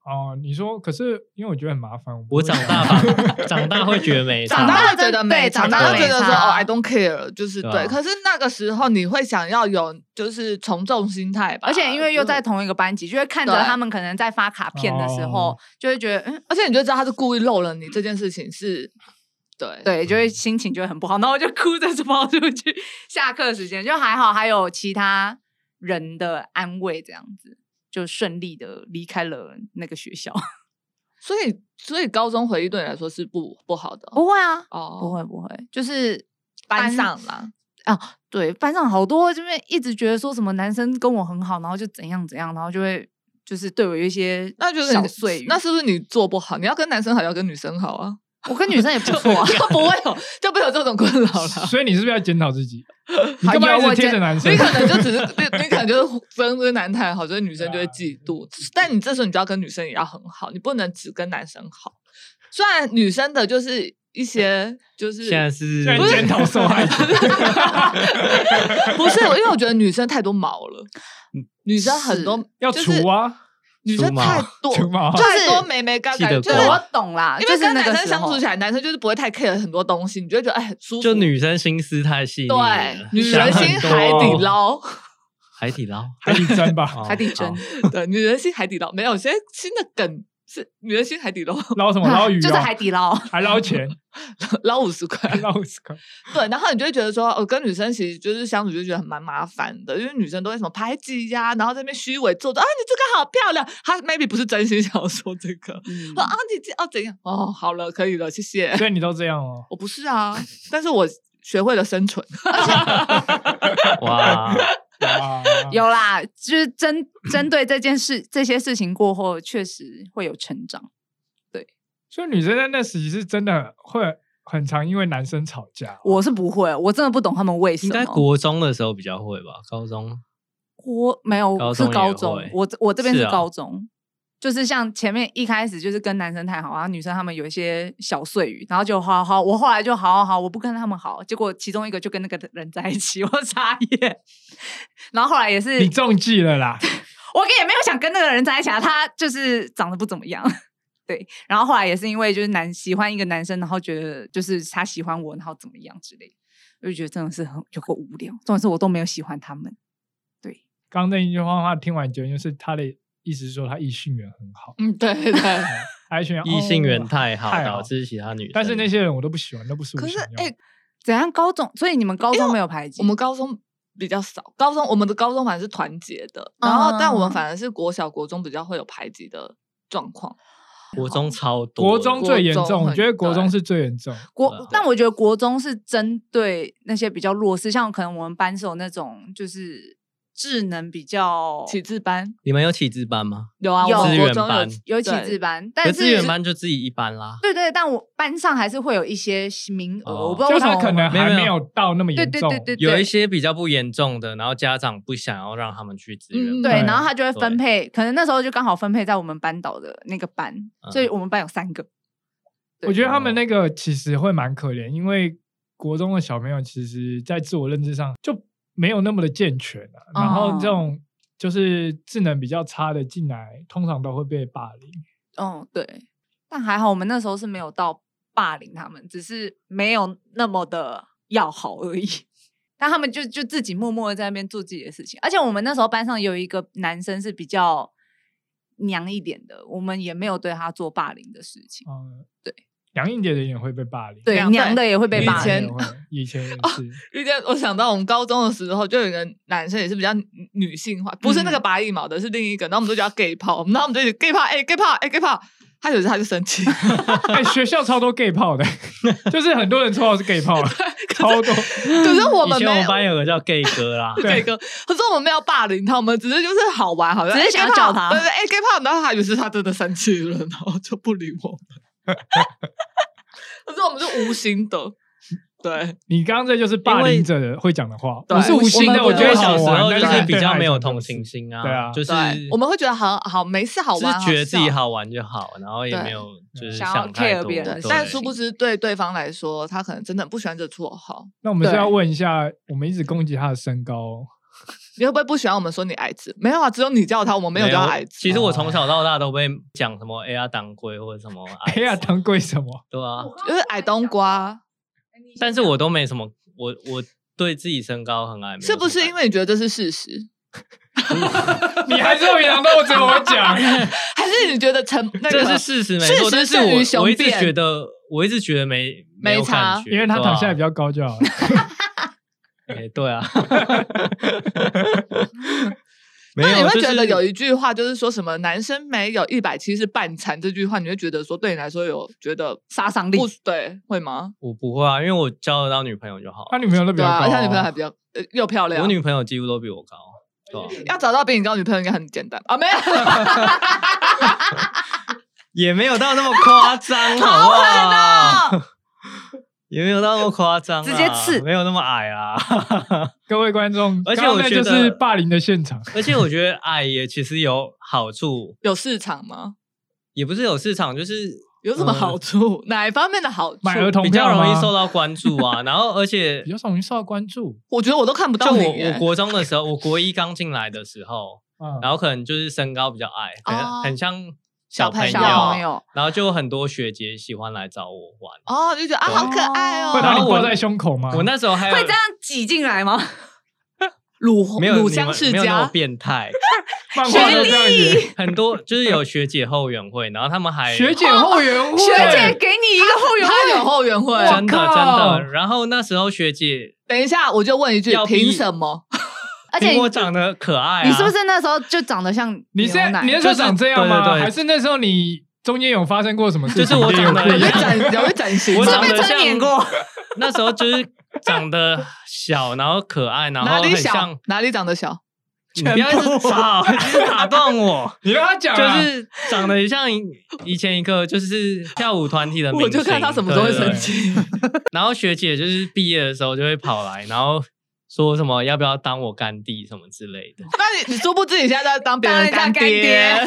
哦，你说，可是因为我觉得很麻烦， 我长大吧，长大会觉得没差， 长大会觉得没差， 长大会觉得说哦 I don't don't care， 就是对。 对可是那个时候你会想要有就是从众心态吧， 而且因为又在同一个班级，就会看着他们可能在发卡片的时候，就会觉得嗯， 而且你就知道他是故意漏了你这件事情是。对对，就会心情就会很不好，然后我就哭着跑出去。下课时间就还好，还有其他人的安慰，这样子就顺利的离开了那个学校。 所以，所以高中回忆对你来说是不不好的？ 不会啊， 哦， 不会不会，就是班上啦啊，对，班上好多就会一直觉得说什么男生跟我很好，然后就怎样怎样，然后就会就是对我有一些那就是小碎语。 那是不是你做不好？你要跟男生好，要跟女生好啊。 我跟女生也不错啊， 就不会有就不会有这种困扰了。 所以你是不是要检讨自己？你干嘛一直贴着男生？ 你可能就只是你，你可能就是跟跟男太好，所以女生就会嫉妒。但你这时候你就要跟女生也要很好，你不能只跟男生好。虽然女生的就是一些就是现在是现在检讨受害者， 不是因为我觉得女生太多毛了，女生很多要除啊。 女生太多，太多妹妹嘎嘎， 就是我懂啦， 因为跟男生相处起来，男生就是不会太 care 很多东西，你就会觉得哎很舒服。 就女生心思太细腻， 对，女人心海底捞， 海底捞， 海底针吧， 海底针， 对，女人心海底捞没有，现在新的梗是女人心海底捞， 捞什么捞鱼？ 就是海底捞， 还捞钱， 捞五十块， 捞五十块。 对，然后你就会觉得说，我跟女生其实就是相处就觉得很蛮麻烦的，因为女生都会什么排挤呀，然后在那边虚伪做作啊，你这个好漂亮，她 maybe 不是真心想要说这个， 嗯、 说啊你这哦怎样哦好了可以了谢谢， 所以你都这样哦？ 我不是啊，但是我学会了生存。 哇。 有啦，就是针针对这件事这些事情过后，确实会有成长。对， 所以女生在那时期是真的会很常因为男生吵架、哦。 我是不会，我真的不懂他们为什么。 应该国中的时候比较会吧，高中我没有高是高中，我我这边是高中。 是啊， 就是像前面一开始就是跟男生太好，然后女生他们有一些小碎语，然后就好好，我后来就好好好，我不跟他们好，结果其中一个就跟那个人在一起，我傻眼。然后后来也是你中计了啦， 我也没有想跟那个人在一起啊，他就是长得不怎么样，对。然后后来也是因为就是男喜欢一个男生，然后觉得就是他喜欢我，然后怎么样之类的，我就觉得真的是很有够无聊。重点是我都没有喜欢他们，对。 刚刚那一句话听完觉得就是他的。意思是说他异性缘很好， 嗯，对对， 异性缘太好， 太好导致其他女生。 但是那些人我都不喜欢，都不是我想要。可是，哎、 欸，怎样？高中，所以你们高中没有排挤？ 我们高中比较少，高中我们的高中反而是团结的，然后、嗯、但我们反而是国小、国中比较会有排挤的状况。 国中超多， 国中最严重，我觉得国中是最严重。 国，但我觉得国中是针对那些比较弱势，像可能我们班是有那种就是。智能比较启智班， 你们有启智班吗？ 有啊， 有资源班有启智班，但是资源班就自己一班啦。 对对，但我班上还是会有一些名额， 哦、 我不知道为什么， 就他可能还没有到那么严重。 对对对对， 有一些比较不严重的，然后家长不想要让他们去资源班、 嗯，对，然后他就会分配，可能那时候就刚好分配在我们班导的那个班，嗯、所以我们班有三个。 我觉得他们那个其实会蛮可怜，因为国中的小朋友其实在自我认知上就没有那么的健全啊，然后这种。就是智能比较差的进来，通常都会被霸凌。 嗯，对。但还好我们那时候是没有到霸凌他们，只是没有那么的要好而已。但他们就就自己默默的在那边做自己的事情。而且我们那时候班上有一个男生是比较娘一点的，我们也没有对他做霸凌的事情。嗯，对。 娘一点的也会被霸凌， 对，娘的也会被霸凌。 以前也是， 哦、以前我想到我们高中的时候，就有一个男生也是比较女性化，不是那个拔腋毛的，是另一个，然后我们都叫 gay 炮，然后我们就一直 gay 炮，哎 gay 炮，哎 gay 炮，他有时他就生气， 哎，学校超多 gay 炮的，就是很多人绰号是 gay 炮，超多。 可是我们没有， 以前我们班有个叫 gay 哥啦 ，gay 哥，可是我们没有霸凌他，我们只是就是好玩，好像只是想叫他， 对对，哎 gay 炮，然后他以为是他真的生气了，然后就不理我们。可是我们是无心的，对， 你刚刚这就是霸凌者的会讲的话， 我是无心的。我觉得小时候就是比较没有同情心啊， 对啊， 就是我们会觉得好好没事好玩， 就是觉得自己好玩就好，然后也没有就是想太多别人。 但殊不知对对方来说，他可能真的不喜欢这绰号。 那我们是要问一下，我们一直攻击他的身高， 你会不会不喜欢我们说你矮子？没有啊，只有你叫他，我们没有叫他矮子。 其实我从小到大都被讲什么 A R 当归或者什么矮子。 A R 当归什么？ 对啊， 就是矮冬瓜。 但是我都没什么，我我对自己身高很矮， 是不是因为你觉得这是事实？ 你还是会想到我怎么讲？ 还是你觉得成那个这是事实没错？但是我我一直觉得，我一直觉得没没有感觉， 因为他躺下来比较高就好了。 哎、欸，对啊。 那你会觉得有一句话就是说什么男生没有一百七是半残这句话，你会觉得说对你来说有觉得杀伤力？ 对，会吗？ 我不会啊，因为我交得到女朋友就好。 他女朋友都比较高、啊， 而且他女朋友还比较、呃、又漂亮。 我女朋友几乎都比我高。对啊、 要找到比你高女朋友应该很简单啊，没有。 也没有到那么夸张，好不好？也没有到那么夸张， 直接刺， 没有那么矮啊！ 各位观众， 而且我觉得就是霸凌的现场。 而且我觉得矮也其实有好处， 有市场吗？ 也不是有市场，就是有什么好处？呃、哪一方面的好处？ 买儿童比较容易受到关注啊。然后而且比较容易受到关注。 我觉得我都看不到你。 就我我国中的时候，我国一刚进来的时候， 嗯、 然后可能就是身高比较矮，很、哦、很像。小朋友， 小朋友然后就有很多学姐喜欢来找我玩哦，就觉得啊好可爱哦。 会把你抱在胸口吗？ 我那时候还有会这样挤进来吗？ 乳没有乳香世家， 没有那么变态。 学弟很多就是有学姐后援会，然后他们还学姐后援会， 学姐给你一个后援会， 他有后援会， 真的真的。然后那时候学姐， 等一下我就问一句，凭什么？ 而且我长得可爱、啊， 你是不是那时候就长得像你是你那时候长这样吗？对对对，还是那时候你中间有发生过什么事？ 就是我长得有转有转型， 我长得像过。 那时候就是长得小，然后可爱，然后很像哪里长得小？ 你不要一直吵，一直打断我。 你让他讲、 啊，就是长得像以前一个就是跳舞团体的明星。 我就看他什么时候会生气。 然后学姐就是毕业的时候就会跑来，然后。说什么要不要当我干弟什么之类的？ 那你你殊不知你现在在当别人干爹。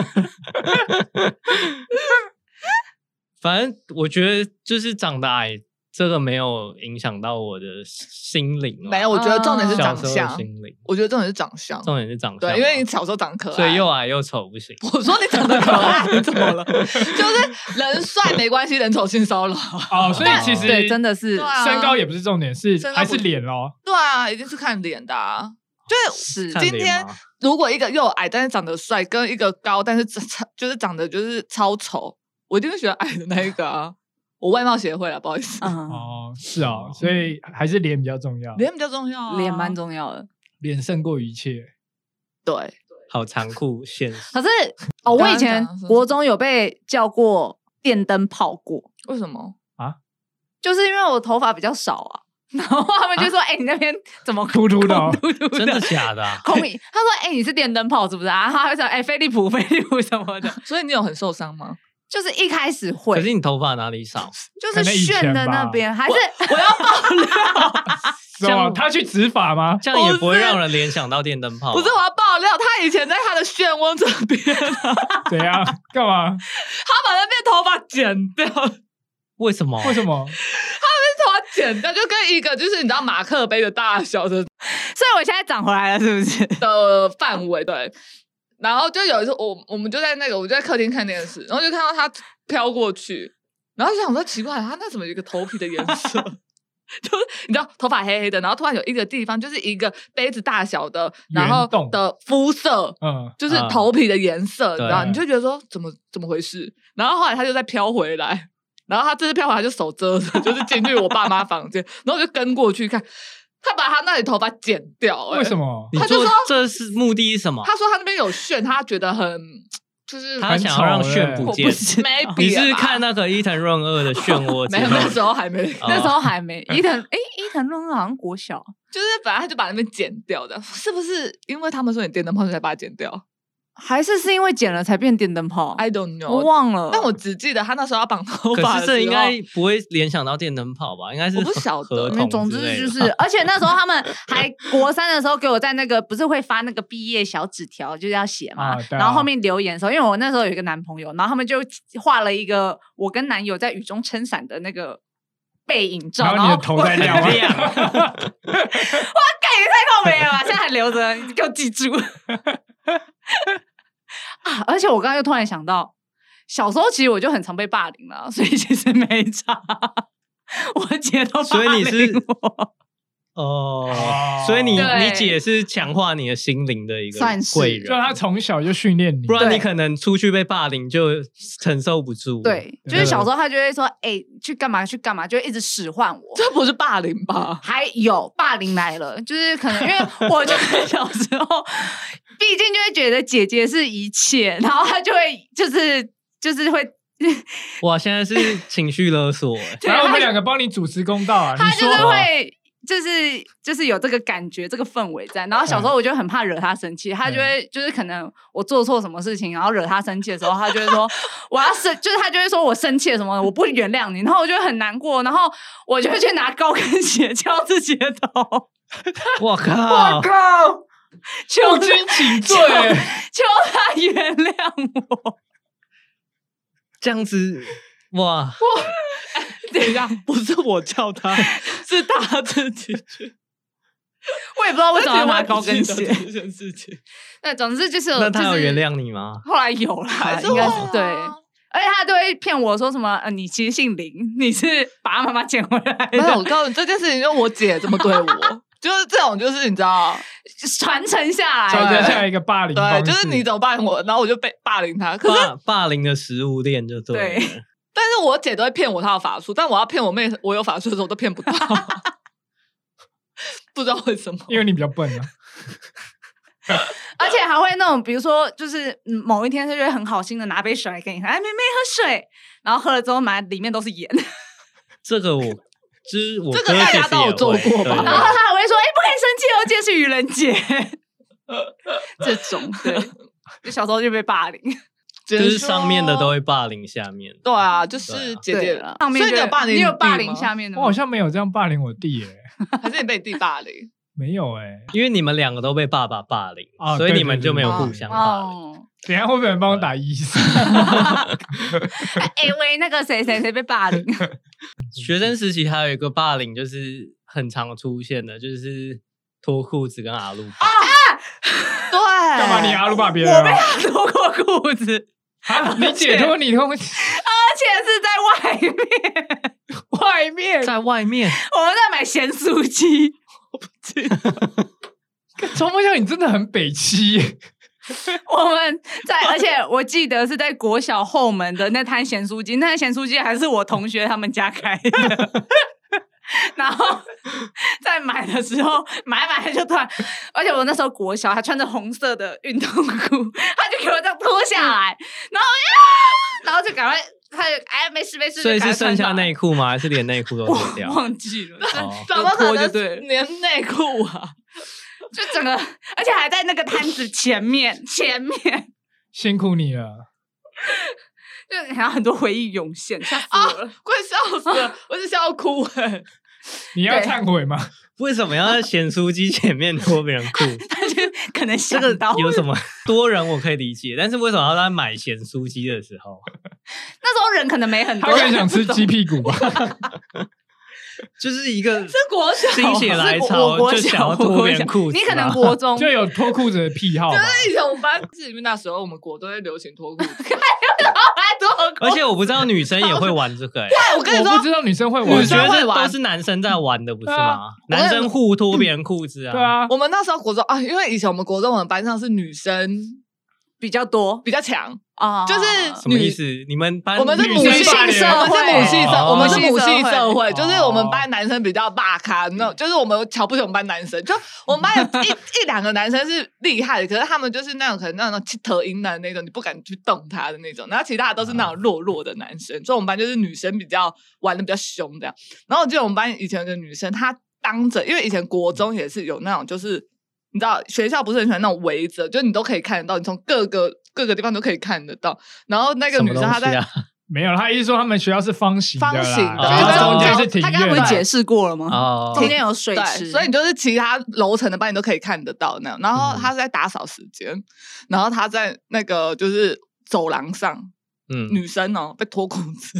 反正我觉得就是长得矮，这个没有影响到我的心灵。 没有，我觉得重点是长相。 心灵， 我觉得重点是长相。 重点是长相。 对，因为你小时候长得可爱， 所以又矮又丑不行。 我说你长得可爱，你怎么了？就是人帅没关系，人丑性骚扰。 哦，所以其实对，真的是身高也不是重点，是还是脸咯。 对啊，一定是看脸的啊。就是今天如果一个又矮但是长得帅，跟一个高但是就是长得就是超丑，我一定会选矮的那一个啊。我外貌协会了，不好意思。 嗯、 哦，是啊、哦，所以还是脸比较重要， 脸比较重要、啊， 脸蛮重要的， 脸胜过一切。 对， 好残酷现实。 可是哦，我以前国中有被叫过电灯泡过， 为什么啊？ 就是因为我头发比较少啊。然后他们就说：“哎、啊欸，你那边怎么秃秃的、哦？ 秃秃的？ 真的假的、啊？” 空影，他说：“哎、欸，你是电灯泡是不是啊？”他会说：“哎、欸，飞利浦，飞利浦什么的。” 所以你有很受伤吗？ 就是一开始会， 可是你头发哪里少？ 就是炫的那边，还是我, 我要爆料？ 这样他去植发吗？ 这样也不会让人联想到电灯泡、啊。 不是，我要爆料，他以前在他的漩涡这边、啊， 怎样？干嘛？ 他把那边头发剪掉。 为什么？ 为什么？ 他那头发剪掉，就跟一个就是你知道马克杯的大小的，所以我现在长回来了，是不是？ 的范围对。然后就有一次，我我们就在那个，我就在客厅看电视，然后就看到他飘过去，然后就想说奇怪，他那怎么有一个头皮的颜色？就是你知道头发黑黑的，然后突然有一个地方就是一个杯子大小的，然后的肤色，嗯，就是头皮的颜色，嗯、你知道，你就觉得说怎么怎么回事？然后后来他就再飘回来。然后他这次飘回来就手遮着，就是进去我爸妈房间，然后就跟过去看，他把他那里头发剪掉、欸。 为什么？ 他就说这是目的是什么？ 他说他那边有炫，他觉得很就是他想要让炫不见。 你是看那个伊藤润二的漩涡？ 没有，那时候还没， 那时候还没。伊藤哎，伊藤润二好像国小， 就是反正他就把那边剪掉的，是不是？因为他们说你电灯泡才把它剪掉。 还是是因为剪了才变电灯泡 ？I don't know， 我忘了。 但我只记得他那时候要绑头发的时候， 可是这应该不会联想到电灯泡吧？应该是我不晓得。 总之就是，而且那时候他们还国三的时候给我在那个不是会发那个毕业小纸条，就是要写嘛、啊啊。然后后面留言的时候，因为我那时候有一个男朋友，然后他们就画了一个我跟男友在雨中撑伞的那个背影照， 然后你的头在亮， 很亮。 哇，干也太靠北了吧！现在还留着，你给我记住啊！而且我刚刚又突然想到，小时候其实我就很常被霸凌了，所以其实没差。我姐都霸所以你是凌我。 哦，所以你对你姐是强化你的心灵的一个算是贵人， 就他从小就训练你， 不然你对可能出去被霸凌就承受不住。 对，就是小时候他就会说：“哎、欸，去干嘛？去干嘛？”就会一直使唤我。 这不是霸凌吧？ 还有霸凌来了，就是可能因为我就是小时候，毕竟就会觉得姐姐是一切，然后他就会就是就是会。 哇，现在是情绪勒索、欸， 然后我们两个帮你主持公道啊！ 他就是你说会，就是就是有这个感觉，这个氛围在。然后小时候我就很怕惹他生气，他就会就是可能我做错什么事情，然后惹他生气的时候，他就会说我要生，就是他就会说我生气了什么，我不原谅你，然后我就会很难过，然后我就会去拿高跟鞋敲自己的头。 我靠！ 我靠！ 求负荆请罪， 求他原谅我。 这样子，哇！ 等一下，不是我叫他，是他自己去。 我也不知道为什么要拿高跟鞋。 这件事情， 对，总之就是有， 那他有就是原谅你吗？ 后来有啦， 还是应该是会啊对。而且他都会骗我说什么，呃，你其实姓林，你是把他妈妈捡回来的。 没有，我告诉你这件事情，就我姐这么对我，就是这种，就是你知道， 传承下来， 传承下来一个霸凌方对， 式， 就是你怎么霸凌我，然后我就被霸凌他。可是霸霸凌的食物链就对了。 对但是我姐都会骗我她有法术，但我要骗我妹我有法术的时候，我都骗不到，不知道为什么。 因为你比较笨啊。 而且还会那种，比如说，就是某一天，他就会很好心的拿杯水来给你，哎，妹妹喝水，然后喝了之后，满里面都是盐。 这个我，就是我这个大家都有做过吧然后他还会说，哎，不可以生气哦，今天是愚人节。这种对，就小时候就被霸凌。 就是上面的都会霸凌下面。 对啊，就是姐姐了，上面所以你有霸凌你有霸弟吗凌下面的吗？ 我好像没有这样霸凌我弟耶， 还是你被你弟霸凌？ 没有哎。 因为你们两个都被爸爸霸凌， 啊所以你们对对对就没有对互相霸凌。 哦， 等一下会不会有人帮我打一三？ 哎喂，那个谁谁谁被霸凌？ 学生时期还有一个霸凌，就是很常出现的，就是脱裤子跟阿鲁巴。 对， 干嘛你阿鲁巴别人我被啊？ 他脱过裤子， 啊你姐脱你脱， 而且是在外面。 外面在外面， 我们在买咸酥鸡， 冲锋枪，你真的很北七耶。 我们在，而且我记得是在国小后门的那摊咸酥鸡，那摊咸酥鸡还是我同学他们家开的。然后在买的时候，买买就突然，而且我那时候国小，还穿着红色的运动裤，他就给我这样脱下来，然后呀，然后就赶快，他就哎没事没事， 所以就赶是剩下快穿上来内裤吗？还是连内裤都脱我掉？ 忘记了， 哦怎么可能脱就对了连内裤啊？ 就整个，而且还在那个摊子前面，前面， 辛苦你了。 就好像很多回忆涌现，吓死啊我了。 快笑死了，我是笑到哭哎！ 你要忏悔吗？ 为什么要在咸酥鸡前面脱别人裤？ 他就可能这个想到有什么多人我可以理解，但是为什么要在买咸酥鸡的时候， 那时候人可能没很多， 他可能想吃鸡屁股吧？ 就是一个是国小心血来是我潮国小就想要脱别人裤子啊？ 你可能国中就有脱裤子的癖好吧？ 以前我们班是里面那时候我们国都会流行脱裤子， 还脱裤而且我不知道女生也会玩这个、欸， 我跟你说我不，知道女生会玩我女觉得这生会玩都是男生在玩的，不是对啊吗？男生互脱别人裤子啊， 对，啊， 我们那时候国中啊，因为以前我们国中我们班上是女生比较多比较强， 啊， 就是什么意思？你们班我们是母女生系霸凌社，我们是母系社， 哦我们是母系母系社会社会，就是我们哦班男生比较大咖，那就是我们瞧不起我们班男生，就我们班有一一两个男生是厉害的，可是他们就是那种可能那种气头阴的那种，你不敢去动他的那种，然后其他的都是那种弱弱的男生，所以我们班就是女生比较玩的比较凶这样。然后我记得我们班以前有个女生，她当着，因为以前国中也是有那种就是。你知道学校不是很喜欢那种围着，就你都可以看得到，你从各个各个地方都可以看得到。然后那个女生她在、 什么东西啊没有，他意思说他们学校是方形的啦， 方形的然后中间是庭他刚刚不院是解释过了吗？ 哦， 中间有水对， 池， 所以你就是其他楼层的班你都可以看得到那样。然后她是在打扫时间，然后她在那个就是走廊上， 嗯， 女生哦被脱裤子，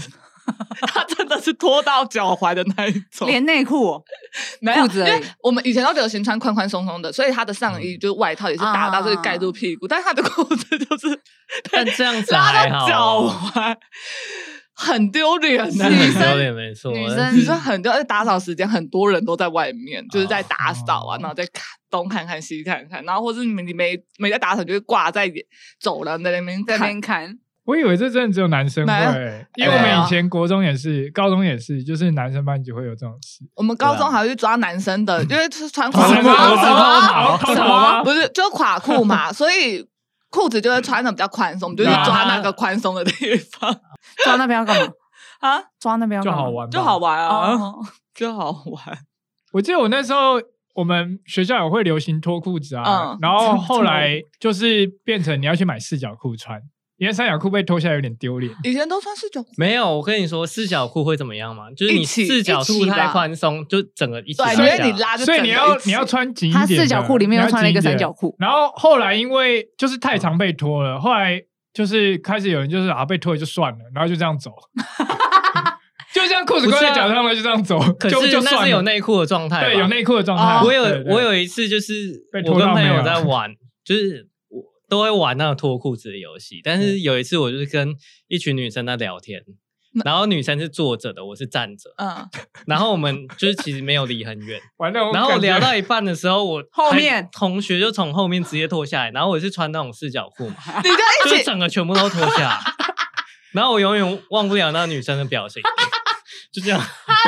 他真的是拖到脚踝的那一种， 连内裤、哦、 没有裤子而已。 因为我们以前都流行穿宽宽松松的，所以他的上衣就是外套也是打到这里盖住屁股，啊、但是他的裤子就是但这样子拉还好、 到脚哦， 踝，很丢脸的。 那很丢脸，没错。 女生女生很丢，而且打扫时间很多人都在外面，就是在打扫啊， 哦然后在看东看看西看看，然后或是你你没没在打扫，就会挂在走廊在那边在那看。 边看， 我以为这真的只有男生没有会，因为我们以前国中也是，高中也是，就是男生班级会有这种事。 我们高中对啊还会去抓男生的，因为是穿什么垮裤什什么么什么不是就垮裤嘛，所以裤子就会穿的比较宽松，我们就去抓那个宽松的地方抓那边要干嘛？ 啊， 抓那边要干嘛就好玩吧， 就好玩啊， 哦， 就好玩。 我记得我那时候我们学校也会流行脱裤子啊， 嗯然后后来就是变成你要去买四角裤穿，因为三角裤被脱下来有点丢脸。 以前都穿四角裤， 没有，我跟你说，四角裤会怎么样吗？就是你一起四角裤太一起吧宽松，就整个一起对， 拉因为下你拉就所以你整个一起要你要穿紧一他点的， 四角裤里面又穿了一个三角裤你要紧一点。然后后来因为就是太常被脱了，后来就是开始有人就是啊被脱了就算了，然后就这样走，就这样裤子挂在脚上了就这样走， 可就是就那算了是有内裤的状态吧， 对有内裤的状态。 哦我有对对我有一次就是被我跟朋友拖到没有在玩，就是我都会玩那个脱裤子的游戏，但是有一次我就是跟一群女生在聊天，然后女生是坐着的，我是站着， 嗯， 然后我们就是其实没有离很远， 玩那种然后我感觉聊到一半的时候，我后面还同学就从后面直接脱下来，然后我是穿那种四角裤嘛， 你就就是一起整个全部都脱下来，然后我永远忘不了那个女生的表情，就这样，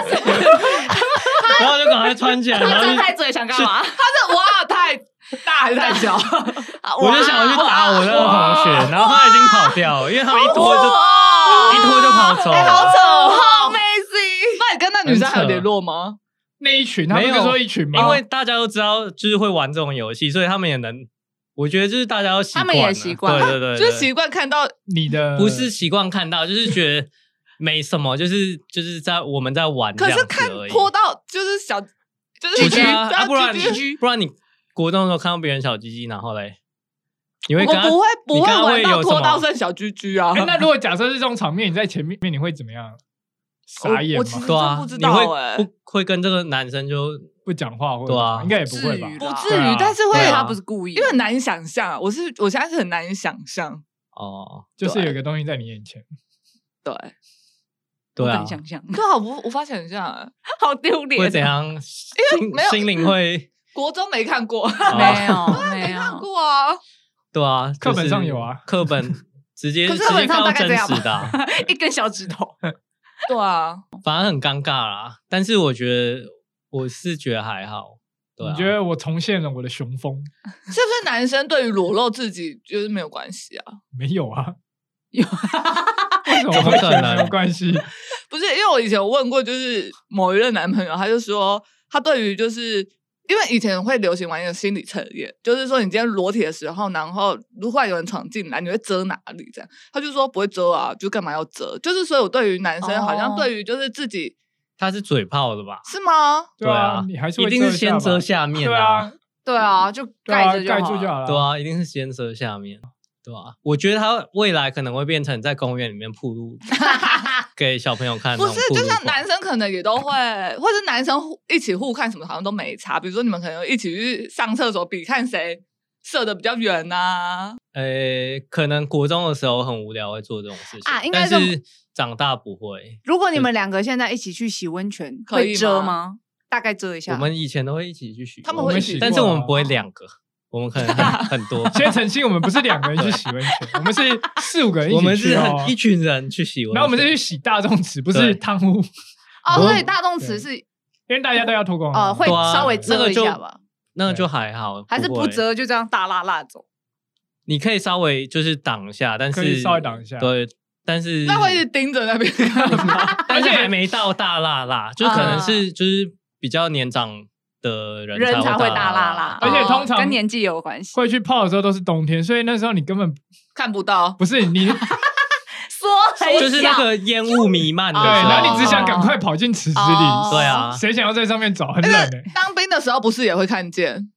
然后就赶快穿起来，然后就张开嘴想干嘛？ 他是哇太大还是太小？ 我就想要去打我那个同学，然后他已经跑掉了，因为他们一脱就哇一脱就跑走哎好了。 扯哦好 amazing！ 那你跟那女生还有联络吗？ 那一群，他们没有就说一群嘛， 因为大家都知道，就是会玩这种游戏，所以他们也能，我觉得就是大家都习惯了， 他们也习惯对对对，对就是习惯看到你的不是习惯看到，就是觉得没什么，就是就是在我们在玩这样子可是看而已。 拖到就是小，就是不是啊， 对啊不然居居不然你国中的时候看到别人小鸡鸡，然后嘞，你会我跟他不会不你跟他玩到拖会有什么到剩小居居啊。 哎，那如果假设是这种场面，你在前面，你会怎么样？傻眼吗？ 我其实对啊真不知， 你会道欸不会跟这个男生就不讲话或者对啊什么应该也不会吧？ 不不至于，但是会对啊他不是故意的， 因为很难想象啊。我是我现在是很难以想象， 哦， 就是有一个东西在你眼前， 对， 对啊不敢，想象， 对啊，无无法想象啊。 好丢脸。 会怎？样？心没有心灵会国中没看过， 没有，没没看有。 过啊。 对啊， 课本就是上有啊课本直接可是课本直接看到上大概这样真实的啊， 吧，一根小指头。 对啊， 反而很尴尬啦。但是我觉得我是觉得还好，对啊你觉得我重现了我的雄风？ 是不是男生对于裸露自己就是没有关系啊？ 没有啊， 有为什么怎么可能会觉得没有关系？ 不是，因为我以前有问过，就是某一任男朋友，他就说他对于就是因为以前会流行玩一个心理测验，就是说你今天裸体的时候，然后如果有人闯进来，你会遮哪里？这样，他就说不会遮啊，就干嘛要遮？就是所以我对于男生好像哦对于就是自己他是嘴炮的吧？ 是吗？ 对啊，你还是会一定是先遮遮下面对啊， 对啊，就对啊， 盖着盖住就好了。 好了。 对，啊，一定是先遮下面，对啊，我觉得他未来可能会变成在公园里面铺路给小朋友看那不是， 种铺路狂， 就像男生可能也都会，或者男生互一起互看什么，好像都没差。比如说你们可能一起去上厕所，比看谁射的比较远呐、 呃，可能国中的时候很无聊会做这种事情啊应该是但是长大不会。 如果你们两个现在一起去洗温泉， 可以会遮吗吗？大概遮一下。 我们以前都会一起去洗， 他们会一起但是我们不会两个，我们可能很很多。 先澄清，我们不是两个人去洗温泉，我们是四五个人一我们是起去哦很一群人去洗温泉， 然后我们是去洗大众池，不是对汤屋， 哦， 我所以大众池是因为大家都要脱光啊。 呃会对啊稍微遮那个就一下吧， 那个就还好， 还是不会？ 遮就这样大拉拉走？ 你可以稍微就是挡一下，但可以是稍微挡一下对，但是那会一直盯着那边看吗？ 但是还没到大辣辣，就可能是就是比较年长的人人才会大大拉拉， 而且哦通常跟年纪有关系。 会去泡的时候都是冬天，所以那时候你根本看不到。 不是你对， 说很就是那个烟雾弥漫的时候， 然后你只想赶快跑进池子哦里， 对啊， 谁想要在上面找？很冷哎。 当兵的时候不是也会看见？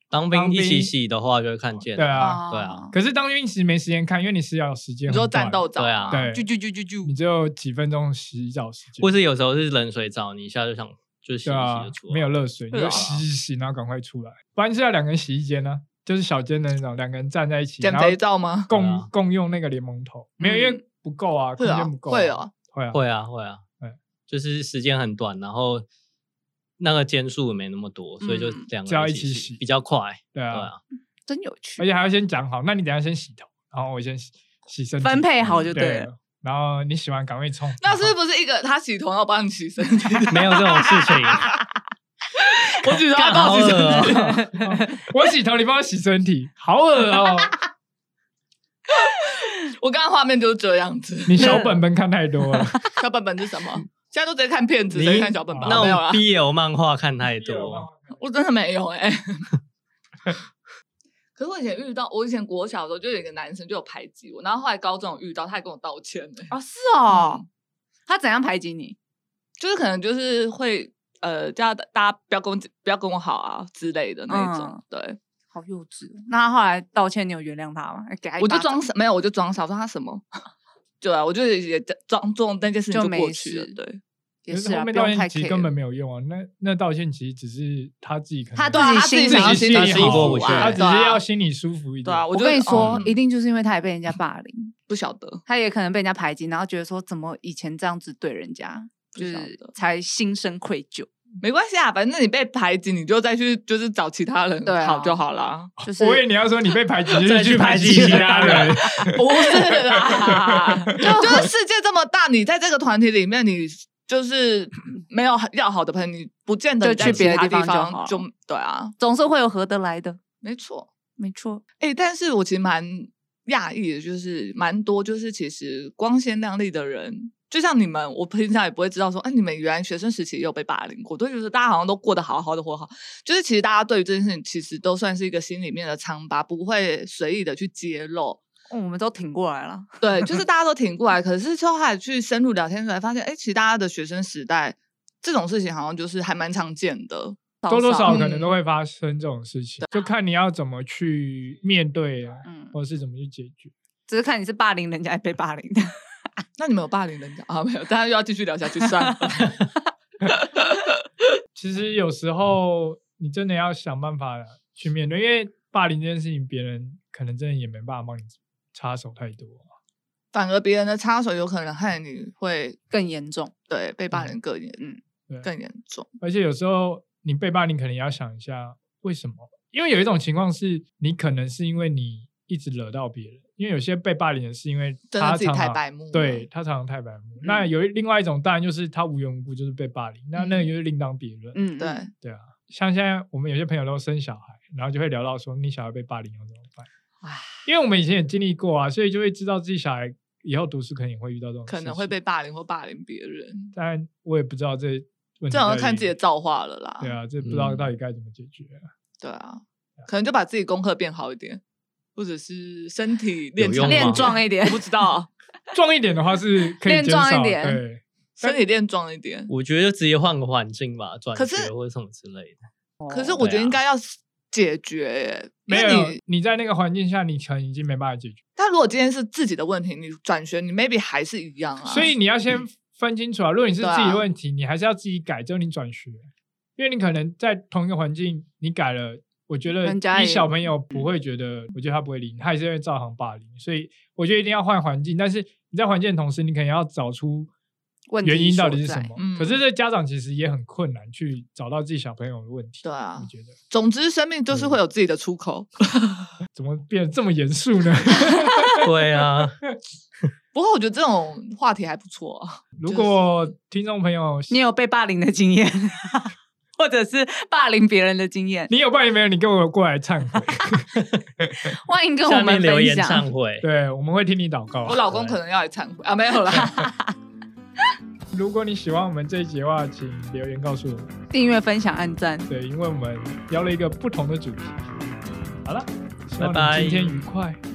当兵一起洗的话就会看见。 对啊， 对啊。 可是当兵其实没时间看，因为你洗澡时间很短。 你说战斗澡， 对啊， 对， 啾啾啾啾啾， 你只有几分钟洗澡时间。 或是有时候是冷水澡，你一下就想就洗一洗就出来， 没有热水，你就洗洗洗，然后赶快出来。不然是要两个人洗一间呢、啊，就是小间的那种，两个人站在一起。 减肥皂吗？ 共、啊、共用那个莲蓬头，没有，因为不够啊，空间不够、啊。 会啊， 会啊， 会啊，会啊， 对， 就是时间很短，然后。那个间数没那么多，所以就两个人一起洗比较快。 对啊， 对啊， 真有趣。 而且还要先讲好，那你等一下先洗头，然后我先洗洗身体， 分配好就对了。 对，然后你洗完赶快冲。 那是不是一个他洗头，然后帮你洗身体？ 没有这种事情。 我洗头，他帮我洗身体。 哦、我洗头，你帮我洗身体，好恶哦。 我刚刚画面就是这样子。 你小本本看太多了。 小本本是什么？现在都直接看片子，直接看小本本。 那种 B L 漫画看太多， 我真的没有哎、欸。可是我以前遇到，我以前国小的时候就有一个男生就有排挤我，然后后来高中有遇到，他还跟我道歉呢、 欸。哦，是哦、嗯，他怎样排挤你？ 就是可能就是会呃叫大家不要跟我不要跟我好啊之类的那种，嗯、对。 好幼稚。那他后来道歉，你有原谅他吗？给他一我就装傻，没有，我就装傻，说他什么。对啊，我就也装做那件事情就过去了，对， 也是啊， 后面道歉其实根本没有用啊。那那道歉其实只是他自己可能他自己心里心里好过不去， 他只是要心里舒服一点。 对啊，我跟你说，一定就是因为他也被人家霸凌， 不晓得， 他也可能被人家排挤，然后觉得说怎么以前这样子对人家，就是才心生愧疚。 没关系啊，反正你被排挤，你就再去就是找其他人好就好了。 就是我以为你要说你被排挤，就是去排挤其他人， 不是啦。就是世界这么大，你在这个团体里面，你就是没有要好的朋友，你不见得就去别的地方就好。就对啊， 总是会有合得来的。 没错， 没错。 哎、欸，但是我其实蛮讶异的，就是蛮多，就是其实光鲜亮丽的人。就像你们，我平常也不会知道说，哎、欸，你们原来学生时期也有被霸凌过，都觉得大家好像都过得好好的活好，就是其实大家对于这件事情其实都算是一个心里面的疮疤，不会随意的去揭露。 哦、我们都挺过来了， 对，就是大家都挺过来，可是之后还去深入聊天出来，发现，哎、欸，其实大家的学生时代这种事情好像就是还蛮常见的， 多多少少可能都会发生这种事情，嗯、就看你要怎么去面对，嗯，或者是怎么去解决， 只是看你是霸凌人家还是被霸凌的。 那你们有霸凌人家啊？没有，大家又要继续聊下去算了。 其实有时候你真的要想办法去面对，因为霸凌这件事情，别人可能真的也没办法帮你插手太多， 反而别人的插手有可能害你会更严重， 对，被霸凌更严， 嗯， 嗯更严重。 而且有时候你被霸凌，可能也要想一下为什么，因为有一种情况是你可能是因为你一直惹到别人。因为有些被霸凌的是因为他自己太白目， 对他常常太白目。嗯、那有另外一种当然就是他无缘无故就是被霸凌，嗯、那那个就是另当别论。 嗯，对对啊，像现在我们有些朋友都生小孩，然后就会聊到说你小孩被霸凌要怎么办？因为我们以前也经历过啊，所以就会知道自己小孩以后读书可能也会遇到这种事情， 可能会被霸凌或霸凌别人。 但我也不知道这问题， 这好像看自己的造化了啦。 对啊，这不知道到底该怎么解决、啊嗯。对啊，可能就把自己功课变好一点。或者是身体练练壮一点， 我不知道。 壮一点的话是可以练壮一点， 对， 身体练壮一点。 我觉得直接换个环境吧，转学或者什么之类的。 可是我觉得应该要解决耶， 没有你你在那个环境下，你可能已经没办法解决。 但如果今天是自己的问题，你转学，你 maybe 还是一样啊。 所以你要先分清楚啊，如果你是自己的问题，你还是要自己改，之后你转学，因为你可能在同一个环境，你改了。我觉得你小朋友不会觉得，我觉得他不会理你，他还是会照常霸凌。所以我觉得一定要换环境，但是你在环境的同时，你可能要找出原因到底是什么。可是这家长其实也很困难去找到自己小朋友的问题。 对啊， 我觉得。 总之，生命就是会有自己的出口。 怎么变得这么严肃呢？ 对啊。 不过我觉得这种话题还不错啊。 如果听众朋友， 你有被霸凌的经验。或者是霸凌别人的经验， 你有霸凌别人，你跟我过来忏悔， 欢迎跟我们分享留言忏悔， 对，我们会替你祷告。 我老公可能要来忏悔啊，没有啦。 如果你喜欢我们这一集的话，请留言告诉我们， 订阅、分享、按赞。 对，因为我们聊了一个不同的主题。好了， 拜拜， 今天愉快。